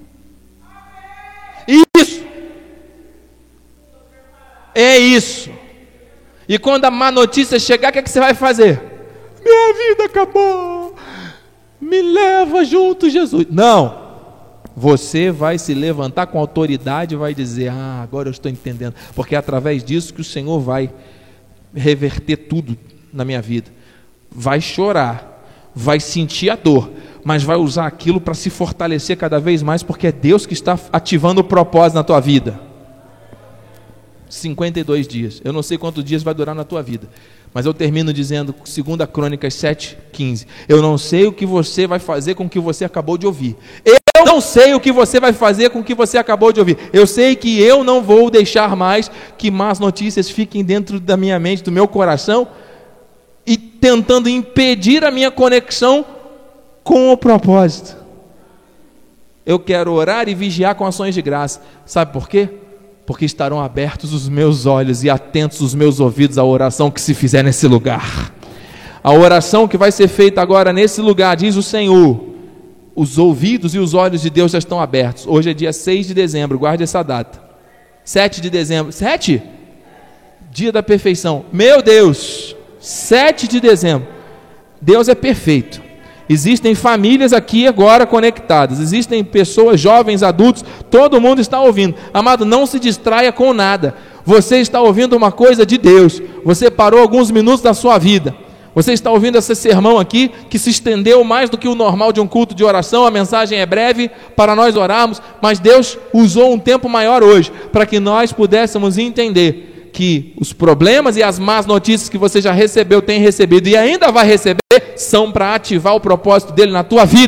Isso. É isso. E quando a má notícia chegar, o que é que você vai fazer? Minha vida acabou, me leva junto, Jesus. Não, você vai se levantar com autoridade e vai dizer, agora eu estou entendendo, porque é através disso que o Senhor vai reverter tudo na minha vida. Vai chorar, vai sentir a dor, mas vai usar aquilo para se fortalecer cada vez mais, porque é Deus que está ativando o propósito na tua vida. 52 dias, eu não sei quantos dias vai durar na tua vida, mas eu termino dizendo, 2 Crônicas 7:15, eu não sei o que você vai fazer com o que você acabou de ouvir, eu não sei o que você vai fazer com o que você acabou de ouvir, eu sei que eu não vou deixar mais que más notícias fiquem dentro da minha mente, do meu coração, e tentando impedir a minha conexão com o propósito. Eu quero orar e vigiar com ações de graça, sabe por quê? Porque estarão abertos os meus olhos e atentos os meus ouvidos à oração que se fizer nesse lugar. A oração que vai ser feita agora nesse lugar, diz o Senhor, os ouvidos e os olhos de Deus já estão abertos. Hoje é dia 6 de dezembro, guarde essa data. 7 de dezembro, 7? Dia da perfeição. Meu Deus, 7 de dezembro. Deus é perfeito. Existem famílias aqui agora conectadas, existem pessoas, jovens, adultos, todo mundo está ouvindo. Amado, não se distraia com nada. Você está ouvindo uma coisa de Deus. Você parou alguns minutos da sua vida. Você está ouvindo esse sermão aqui, que se estendeu mais do que o normal de um culto de oração. A mensagem é breve para nós orarmos, mas Deus usou um tempo maior hoje, para que nós pudéssemos entender que os problemas e as más notícias que você já recebeu, tem recebido e ainda vai receber, são para ativar o propósito dele na tua vida.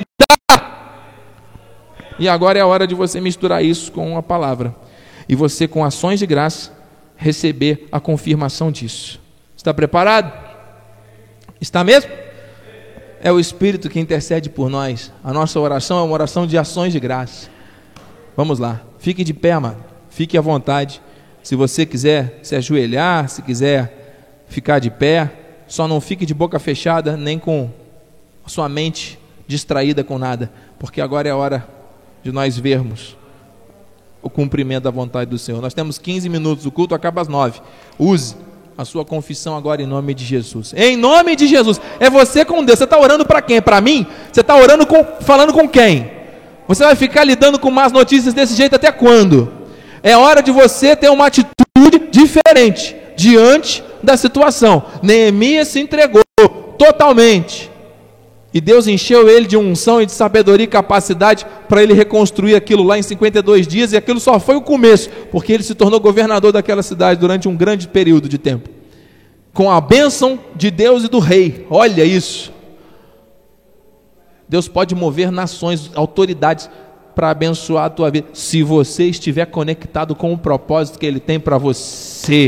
E agora é a hora de você misturar isso com a palavra, e você, com ações de graça, receber a confirmação disso. Está preparado? Está mesmo? É o Espírito que intercede por nós. A nossa oração é uma oração de ações de graça. Vamos lá, fique de pé, amado, fique à vontade. Se você quiser se ajoelhar, se quiser ficar de pé, só não fique de boca fechada, nem com a sua mente distraída com nada, porque agora é a hora de nós vermos o cumprimento da vontade do Senhor. Nós temos 15 minutos, o culto acaba às 9. Use a sua confissão agora em nome de Jesus. Em nome de Jesus. É você com Deus. Você está orando para quem? Para mim? Você está orando falando com quem? Você vai ficar lidando com más notícias desse jeito até quando? É hora de você ter uma atitude diferente diante da situação. Neemias se entregou totalmente. E Deus encheu ele de unção e de sabedoria e capacidade para ele reconstruir aquilo lá em 52 dias. E aquilo só foi o começo, porque ele se tornou governador daquela cidade durante um grande período de tempo. Com a bênção de Deus e do rei. Olha isso. Deus pode mover nações, autoridades, para abençoar a tua vida, se você estiver conectado com o propósito que Ele tem para você.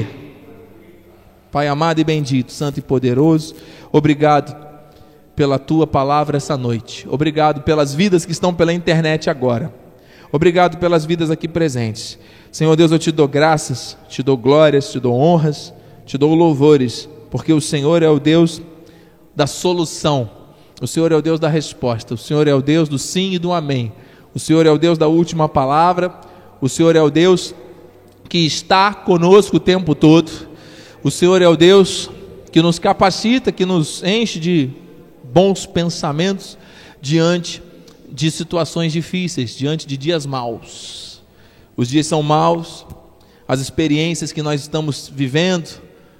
Pai amado e bendito, santo e poderoso, obrigado pela tua palavra essa noite, obrigado pelas vidas que estão pela internet agora, obrigado pelas vidas aqui presentes. Senhor Deus, eu te dou graças, te dou glórias, te dou honras, te dou louvores, porque o Senhor é o Deus da solução, o Senhor é o Deus da resposta, o Senhor é o Deus do sim e do amém, o Senhor é o Deus da última palavra, o Senhor é o Deus que está conosco o tempo todo, o Senhor é o Deus que nos capacita, que nos enche de bons pensamentos diante de situações difíceis, diante de dias maus. Os dias são maus, as experiências que nós estamos vivendo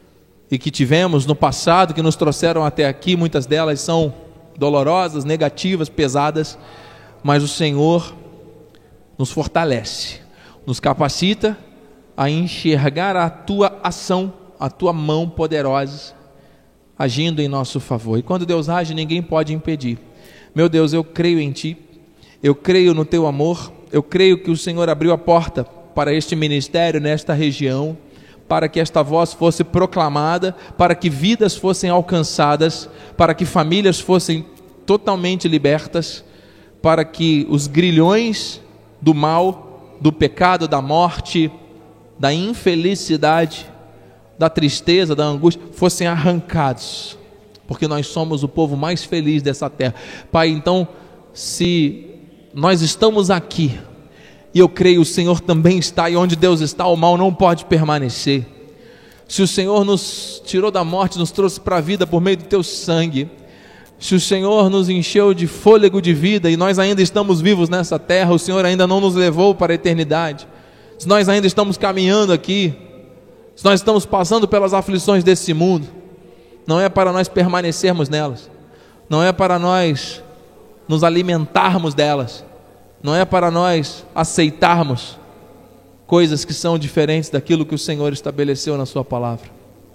e que tivemos no passado, que nos trouxeram até aqui, muitas delas são dolorosas, negativas, pesadas, mas o Senhor nos fortalece, nos capacita a enxergar a tua ação, a tua mão poderosa agindo em nosso favor. E quando Deus age, ninguém pode impedir. Meu Deus, eu creio em ti, eu creio no teu amor, eu creio que o Senhor abriu a porta para este ministério nesta região, para que esta voz fosse proclamada, para que vidas fossem alcançadas, para que famílias fossem totalmente libertas, para que os grilhões do mal, do pecado, da morte, da infelicidade, da tristeza, da angústia, fossem arrancados, porque nós somos o povo mais feliz dessa terra. Pai, então, se nós estamos aqui, e eu creio o Senhor também está, e onde Deus está, o mal não pode permanecer. Se o Senhor nos tirou da morte, nos trouxe para a vida por meio do teu sangue, se o Senhor nos encheu de fôlego de vida, e nós ainda estamos vivos nessa terra, o Senhor ainda não nos levou para a eternidade, se nós ainda estamos caminhando aqui, se nós estamos passando pelas aflições desse mundo, não é para nós permanecermos nelas, não é para nós nos alimentarmos delas, não é para nós aceitarmos coisas que são diferentes daquilo que o Senhor estabeleceu na sua palavra.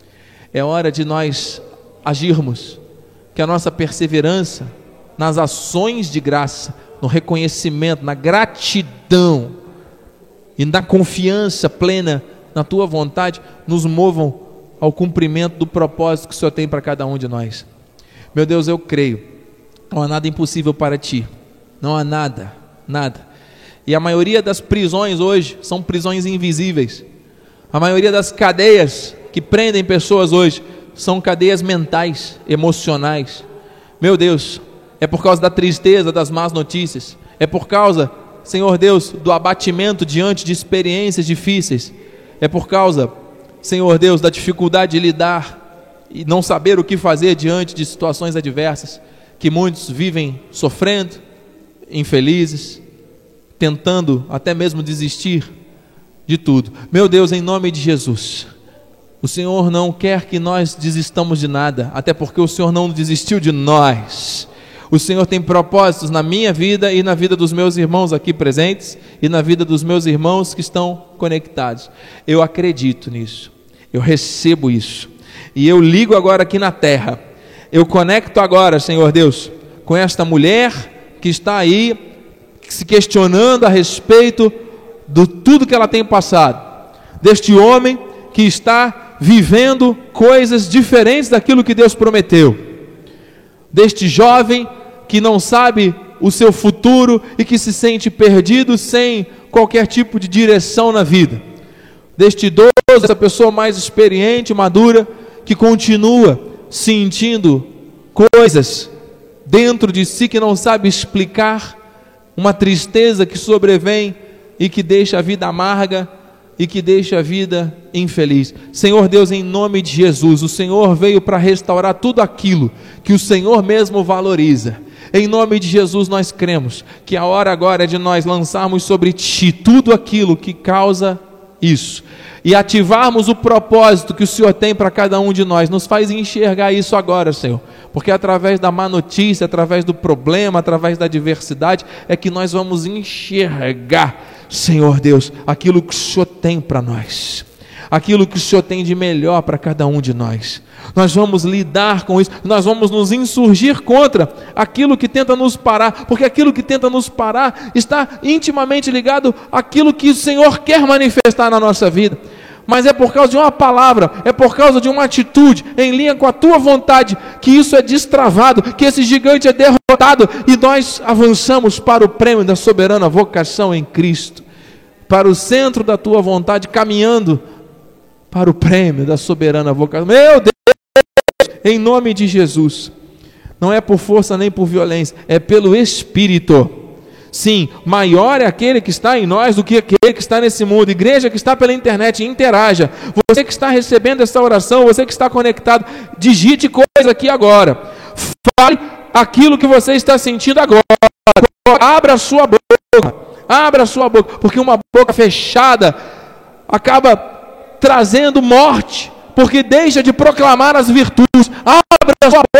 É hora de nós agirmos, que a nossa perseverança nas ações de graça, no reconhecimento, na gratidão e na confiança plena na tua vontade, nos movam ao cumprimento do propósito que o Senhor tem para cada um de nós. Meu Deus, eu creio, não há nada impossível para ti, não há nada. E a maioria das prisões hoje são prisões invisíveis. A maioria das cadeias que prendem pessoas hoje são cadeias mentais, emocionais. Meu Deus, é por causa da tristeza, das más notícias, é por causa, Senhor Deus, do abatimento diante de experiências difíceis, é por causa, Senhor Deus, da dificuldade de lidar e não saber o que fazer diante de situações adversas, que muitos vivem sofrendo, infelizes, tentando até mesmo desistir de tudo. Meu Deus, em nome de Jesus, o Senhor não quer que nós desistamos de nada, até porque o Senhor não desistiu de nós. O Senhor tem propósitos na minha vida e na vida dos meus irmãos aqui presentes e na vida dos meus irmãos que estão conectados. Eu acredito nisso, eu recebo isso e eu ligo agora aqui na terra. Eu conecto agora, Senhor Deus, com esta mulher que está aí se questionando a respeito de tudo que ela tem passado, deste homem que está vivendo coisas diferentes daquilo que Deus prometeu, deste jovem que não sabe o seu futuro e que se sente perdido sem qualquer tipo de direção na vida, deste idoso, essa pessoa mais experiente, madura, que continua sentindo coisas dentro de si que não sabe explicar, uma tristeza que sobrevém e que deixa a vida amarga e que deixa a vida infeliz. Senhor Deus, em nome de Jesus, o Senhor veio para restaurar tudo aquilo que o Senhor mesmo valoriza. Em nome de Jesus nós cremos que a hora agora é de nós lançarmos sobre Ti tudo aquilo que causa isso e ativarmos o propósito que o Senhor tem para cada um de nós. Nos faz enxergar isso agora, Senhor, porque através da má notícia, através do problema, através da adversidade, é que nós vamos enxergar, Senhor Deus, aquilo que o Senhor tem para nós, aquilo que o Senhor tem de melhor para cada um de nós. Nós vamos lidar com isso, nós vamos nos insurgir contra aquilo que tenta nos parar, porque aquilo que tenta nos parar está intimamente ligado àquilo que o Senhor quer manifestar na nossa vida. Mas é por causa de uma palavra, é por causa de uma atitude em linha com a tua vontade, que isso é destravado, que esse gigante é derrotado, e nós avançamos para o prêmio da soberana vocação em Cristo, para o centro da tua vontade, caminhando para o prêmio da soberana vocação. Meu Deus, em nome de Jesus, não é por força nem por violência, é pelo Espírito. Sim, maior é aquele que está em nós do que aquele que está nesse mundo. Igreja que está pela internet, interaja. Você que está recebendo essa oração, você que está conectado, digite coisa aqui agora. Fale aquilo que você está sentindo agora. Abra a sua boca. Abra a sua boca, porque uma boca fechada acaba trazendo morte, porque deixa de proclamar as virtudes. Abra a sua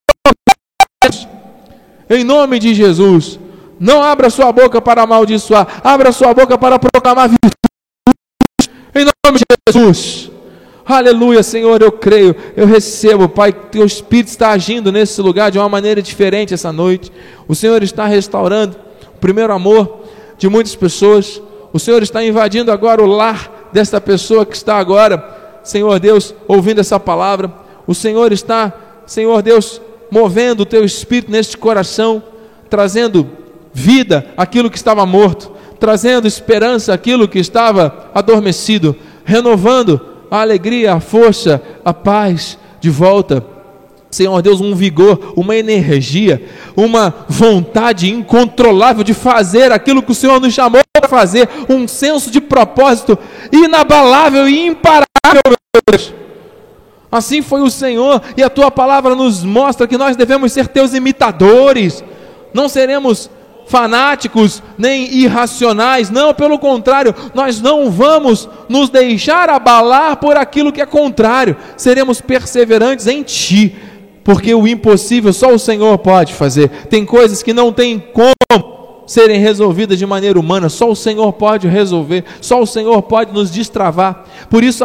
boca. Em nome de Jesus. Não abra sua boca para amaldiçoar, abra sua boca para proclamar virtude, em nome de Jesus. Aleluia, Senhor, eu creio, eu recebo, Pai, que teu Espírito está agindo nesse lugar de uma maneira diferente essa noite. O Senhor está restaurando o primeiro amor de muitas pessoas. O Senhor está invadindo agora o lar desta pessoa que está agora, Senhor Deus, ouvindo essa palavra. O Senhor está, Senhor Deus, movendo o teu Espírito neste coração, trazendo vida aquilo que estava morto, trazendo esperança aquilo que estava adormecido, renovando a alegria, a força, a paz de volta. Senhor Deus, um vigor, uma energia, uma vontade incontrolável de fazer aquilo que o Senhor nos chamou para fazer, um senso de propósito inabalável e imparável, meu Deus. Assim foi o Senhor, e a tua palavra nos mostra que nós devemos ser teus imitadores, não seremos fanáticos, nem irracionais, não, pelo contrário, nós não vamos nos deixar abalar por aquilo que é contrário, seremos perseverantes em Ti, porque o impossível só o Senhor pode fazer. Tem coisas que não tem como serem resolvidas de maneira humana, só o Senhor pode resolver, só o Senhor pode nos destravar. Por isso a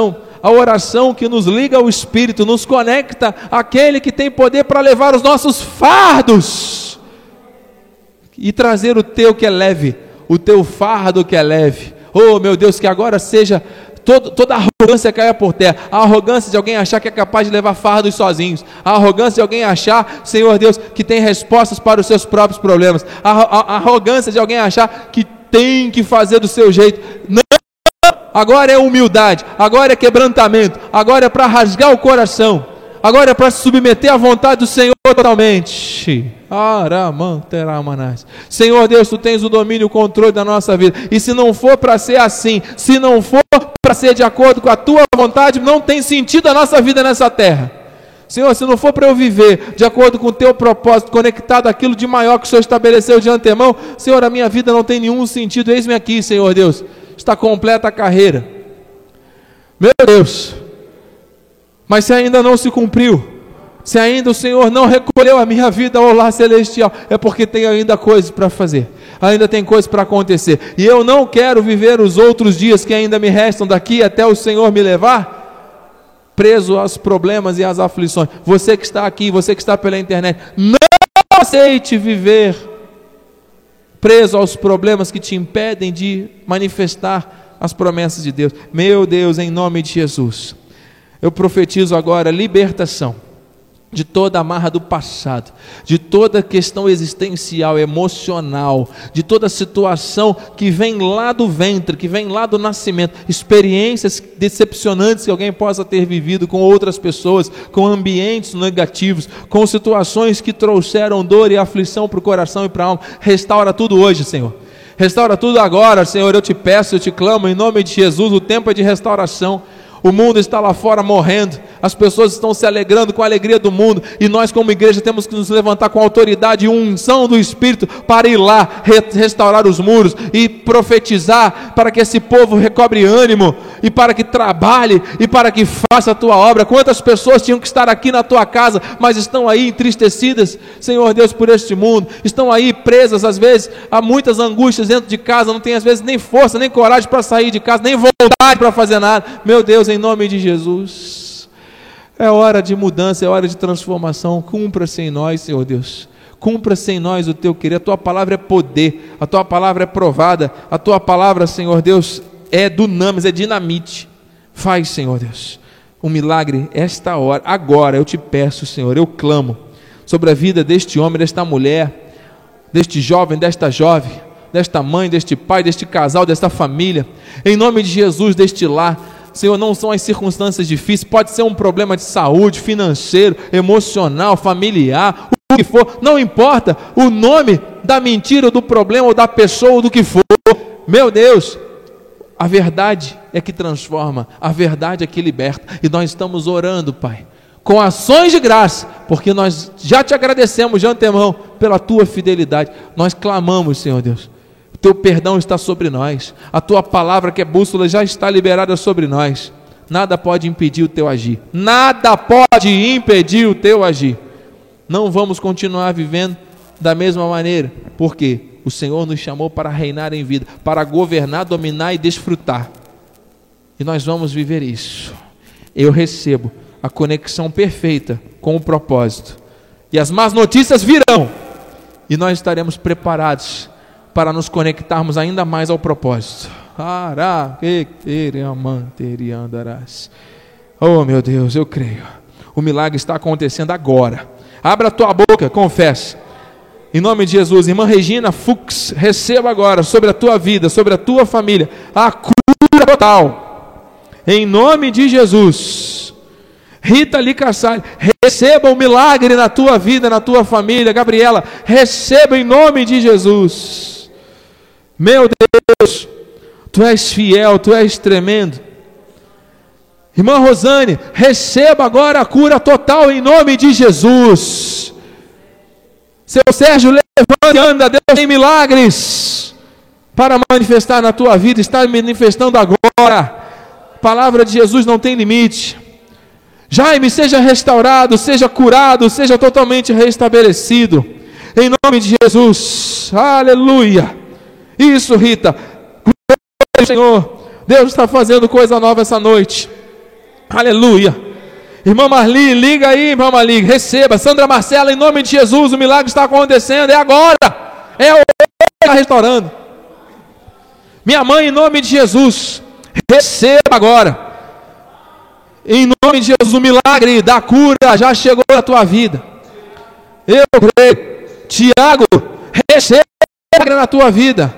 oração que nos liga ao Espírito, nos conecta àquele que tem poder para levar os nossos fardos e trazer o teu que é leve, o teu fardo que é leve. Oh meu Deus, que agora seja toda a arrogância caia por terra, a arrogância de alguém achar que é capaz de levar fardos sozinhos, a arrogância de alguém achar, Senhor Deus, que tem respostas para os seus próprios problemas, a arrogância de alguém achar que tem que fazer do seu jeito. Não, agora é humildade, agora é quebrantamento, agora é para rasgar o coração, agora é para se submeter à vontade do Senhor totalmente. Senhor Deus, Tu tens o domínio e o controle da nossa vida, e se não for para ser assim, se não for para ser de acordo com a Tua vontade, não tem sentido a nossa vida nessa terra. Senhor, se não for para eu viver de acordo com o Teu propósito, conectado àquilo de maior que o Senhor estabeleceu de antemão, Senhor, a minha vida não tem nenhum sentido. Eis-me aqui, Senhor Deus, está completa a carreira, meu Deus, mas se ainda não se cumpriu, se ainda o Senhor não recolheu a minha vida ao lar celestial, é porque tem ainda coisas para fazer, ainda tem coisas para acontecer, e eu não quero viver os outros dias que ainda me restam daqui até o Senhor me levar, preso aos problemas e às aflições. Você que está aqui, você que está pela internet, não aceite viver preso aos problemas que te impedem de manifestar as promessas de Deus. Meu Deus, em nome de Jesus, eu profetizo agora libertação de toda a amarra do passado, de toda questão existencial, emocional, de toda situação que vem lá do ventre, que vem lá do nascimento, experiências decepcionantes que alguém possa ter vivido com outras pessoas, com ambientes negativos, com situações que trouxeram dor e aflição para o coração e para a alma. Restaura tudo hoje, Senhor. Restaura tudo agora, Senhor, eu te peço, eu te clamo, em nome de Jesus. O tempo é de restauração. O mundo está lá fora morrendo, as pessoas estão se alegrando com a alegria do mundo, e nós como igreja temos que nos levantar com autoridade e unção do Espírito para ir lá, restaurar os muros e profetizar para que esse povo recobre ânimo, e para que trabalhe, e para que faça a tua obra. Quantas pessoas tinham que estar aqui na tua casa, mas estão aí entristecidas, Senhor Deus, por este mundo, estão aí presas, às vezes, há muitas angústias dentro de casa, não tem às vezes nem força, nem coragem para sair de casa, nem vontade para fazer nada. Meu Deus, em nome de Jesus, é hora de mudança, é hora de transformação. Cumpra-se em nós, Senhor Deus, cumpra-se em nós o teu querer. A tua palavra é poder, a tua palavra é provada, a tua palavra, Senhor Deus, é dunamis, é dinamite. Faz, Senhor Deus, um milagre esta hora, agora eu te peço, Senhor, eu clamo sobre a vida deste homem, desta mulher, deste jovem, desta jovem, desta mãe, deste pai, deste casal, desta família, em nome de Jesus, deste lar. Senhor, não são as circunstâncias difíceis, pode ser um problema de saúde, financeiro, emocional, familiar, o que for, não importa o nome da mentira, ou do problema, ou da pessoa, ou do que for. Meu Deus, a verdade é que transforma, a verdade é que liberta, e nós estamos orando, Pai, com ações de graça, porque nós já te agradecemos de antemão pela tua fidelidade. Nós clamamos, Senhor Deus, o teu perdão está sobre nós, a tua palavra que é bússola já está liberada sobre nós. Nada pode impedir o teu agir, nada pode impedir o teu agir. Não vamos continuar vivendo da mesma maneira, porque o Senhor nos chamou para reinar em vida, para governar, dominar e desfrutar, e nós vamos viver isso. Eu recebo a conexão perfeita com o propósito, e as más notícias virão, e nós estaremos preparados para nos conectarmos ainda mais ao propósito. Oh meu Deus, eu creio, o milagre está acontecendo agora. Abra a tua boca, confesse, em nome de Jesus. Irmã Regina Fux, receba agora sobre a tua vida, sobre a tua família, a cura total, em nome de Jesus. Rita Licassari, receba o milagre na tua vida, na tua família. Gabriela, receba em nome de Jesus. Meu Deus, tu és fiel, tu és tremendo. Irmã Rosane, receba agora a cura total em nome de Jesus. Seu Sérgio, levanta e anda. Deus tem milagres para manifestar na tua vida, está manifestando agora. A palavra de Jesus não tem limite. Jaime, seja restaurado, seja curado, seja totalmente restabelecido, em nome de Jesus. Aleluia. Isso, Rita, glória ao Senhor. Deus está fazendo coisa nova essa noite. Aleluia. Irmã Marli, liga aí, irmã Marli, receba. Sandra Marcela, em nome de Jesus, o milagre está acontecendo, é agora, é hoje que está restaurando. Minha mãe, em nome de Jesus, receba agora, em nome de Jesus, o milagre da cura já chegou na tua vida. Eu creio. Tiago, receba o milagre na tua vida,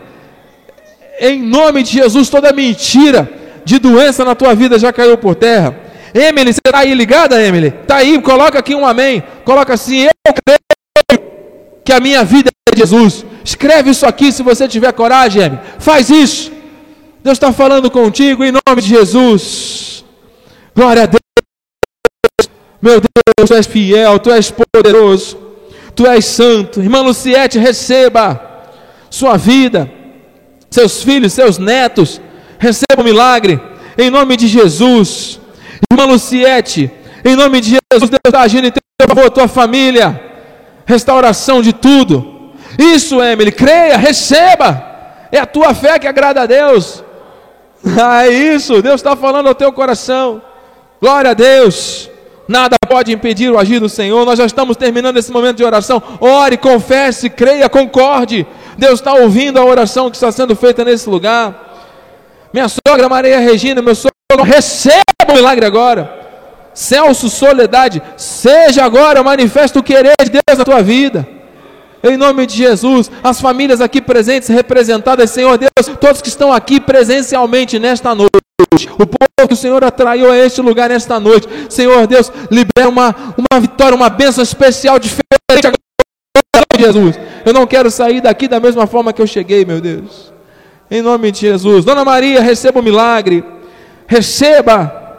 em nome de Jesus. Toda mentira de doença na tua vida já caiu por terra. Emily, você está aí ligada, Emily? Está aí, coloca aqui um amém. Coloca assim: eu creio que a minha vida é de Jesus. Escreve isso aqui se você tiver coragem, Emily. Faz isso. Deus está falando contigo em nome de Jesus. Glória a Deus. Meu Deus, tu és fiel, tu és poderoso, tu és santo. Irmã Luciete, receba sua vida, seus filhos, seus netos, receba o milagre em nome de Jesus. Irmã Luciete, em nome de Jesus, Deus está agindo em teu favor, tua família, restauração de tudo. Isso, Emily, creia, receba. É a tua fé que agrada a Deus. É isso, Deus está falando ao teu coração. Glória a Deus. Nada pode impedir o agir do Senhor. Nós já estamos terminando esse momento de oração. Ore, confesse, creia, concorde. Deus está ouvindo a oração que está sendo feita nesse lugar. Minha sogra Maria Regina, meu sogro, receba o milagre agora. Celso Soledade, seja agora manifesta o querer de Deus na tua vida, em nome de Jesus. As famílias aqui presentes, representadas, Senhor Deus, todos que estão aqui presencialmente nesta noite, o povo que o Senhor atraiu a este lugar nesta noite, Senhor Deus, libera uma vitória, uma bênção especial, diferente agora, em Jesus. Eu não quero sair daqui da mesma forma que eu cheguei, meu Deus, em nome de Jesus. Dona Maria, receba o milagre, receba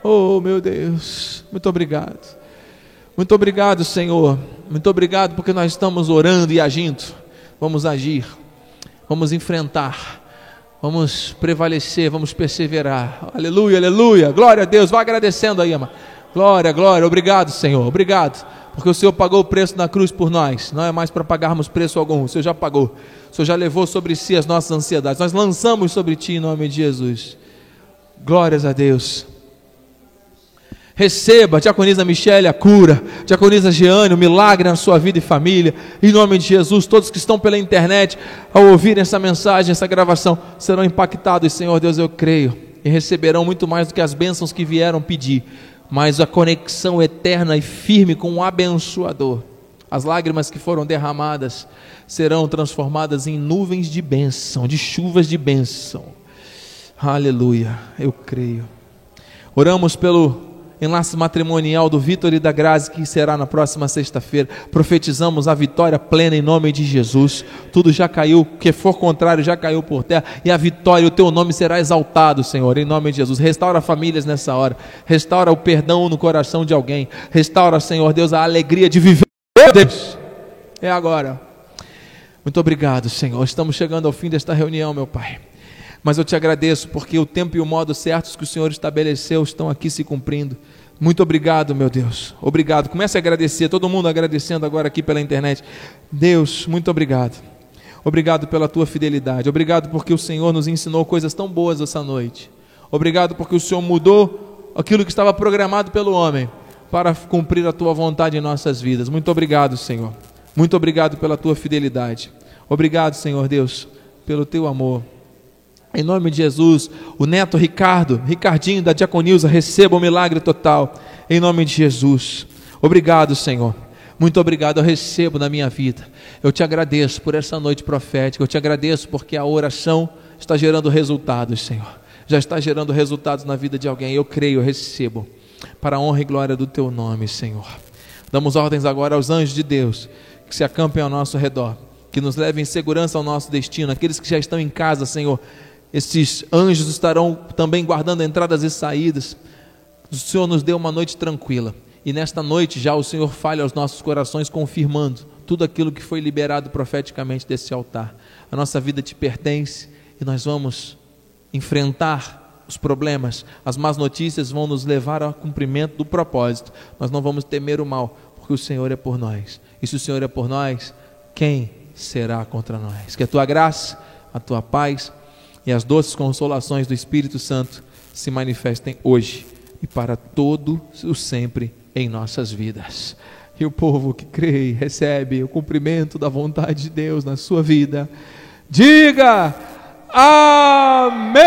Oh, meu Deus, muito obrigado. Muito obrigado, Senhor. Muito obrigado porque nós estamos orando e agindo. Vamos agir, vamos enfrentar, vamos prevalecer, vamos perseverar. Aleluia, aleluia. Glória a Deus. Vá agradecendo aí, amado. Glória, glória. Obrigado, Senhor. Obrigado. Porque o Senhor pagou o preço na cruz por nós. Não é mais para pagarmos preço algum. O Senhor já pagou. O Senhor já levou sobre si as nossas ansiedades. Nós lançamos sobre ti em nome de Jesus. Glórias a Deus. Receba, diaconisa Michele, a cura. Diaconisa Jeane, o milagre na sua vida e família. Em nome de Jesus, todos que estão pela internet, ao ouvirem essa mensagem, essa gravação, serão impactados, Senhor Deus, eu creio. E receberão muito mais do que as bênçãos que vieram pedir. Mas a conexão eterna e firme com o abençoador. As lágrimas que foram derramadas serão transformadas em nuvens de bênção, de chuvas de bênção. Aleluia, eu creio. Oramos pelo enlace matrimonial do Vitor e da Grazi, que será na próxima sexta-feira. Profetizamos a vitória plena em nome de Jesus. Tudo já caiu, o que for contrário já caiu por terra, e a vitória, o teu nome será exaltado, Senhor, em nome de Jesus. Restaura famílias nessa hora, restaura o perdão no coração de alguém, restaura, Senhor Deus, a alegria de viver. Deus, é agora. Muito obrigado, Senhor. Estamos chegando ao fim desta reunião, meu Pai, mas eu te agradeço porque o tempo e o modo certos que o Senhor estabeleceu estão aqui se cumprindo. Muito obrigado, meu Deus. Obrigado. Comece a agradecer, todo mundo agradecendo agora aqui pela internet. Deus, muito obrigado. Obrigado pela tua fidelidade. Obrigado porque o Senhor nos ensinou coisas tão boas essa noite. Obrigado porque o Senhor mudou aquilo que estava programado pelo homem para cumprir a tua vontade em nossas vidas. Muito obrigado, Senhor. Muito obrigado pela tua fidelidade. Obrigado, Senhor Deus, pelo teu amor. Em nome de Jesus, o neto Ricardinho da Diaconilza, receba o milagre total, em nome de Jesus. Obrigado, Senhor, muito obrigado, eu recebo na minha vida. Eu te agradeço por essa noite profética, eu te agradeço porque a oração está gerando resultados, Senhor. Já está gerando resultados na vida de alguém, eu creio, eu recebo, para a honra e glória do teu nome, Senhor. Damos ordens agora aos anjos de Deus, que se acampem ao nosso redor, que nos levem em segurança ao nosso destino. Aqueles que já estão em casa, Senhor, esses anjos estarão também guardando entradas e saídas. O Senhor nos deu uma noite tranquila, e nesta noite já o Senhor fale aos nossos corações, confirmando tudo aquilo que foi liberado profeticamente desse altar. A nossa vida te pertence, e nós vamos enfrentar os problemas. As más notícias vão nos levar ao cumprimento do propósito. Nós não vamos temer o mal, porque o Senhor é por nós. E se o Senhor é por nós, quem será contra nós? Que a tua graça, a tua paz e as doces consolações do Espírito Santo se manifestem hoje e para todo o sempre em nossas vidas. E o povo que crê e recebe o cumprimento da vontade de Deus na sua vida, diga amém,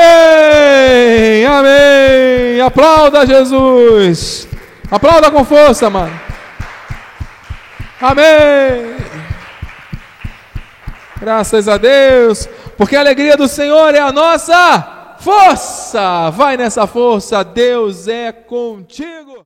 amém. Aplauda Jesus, aplauda com força, mano. Amém. Graças a Deus, porque a alegria do Senhor é a nossa força. Vai nessa força, Deus é contigo.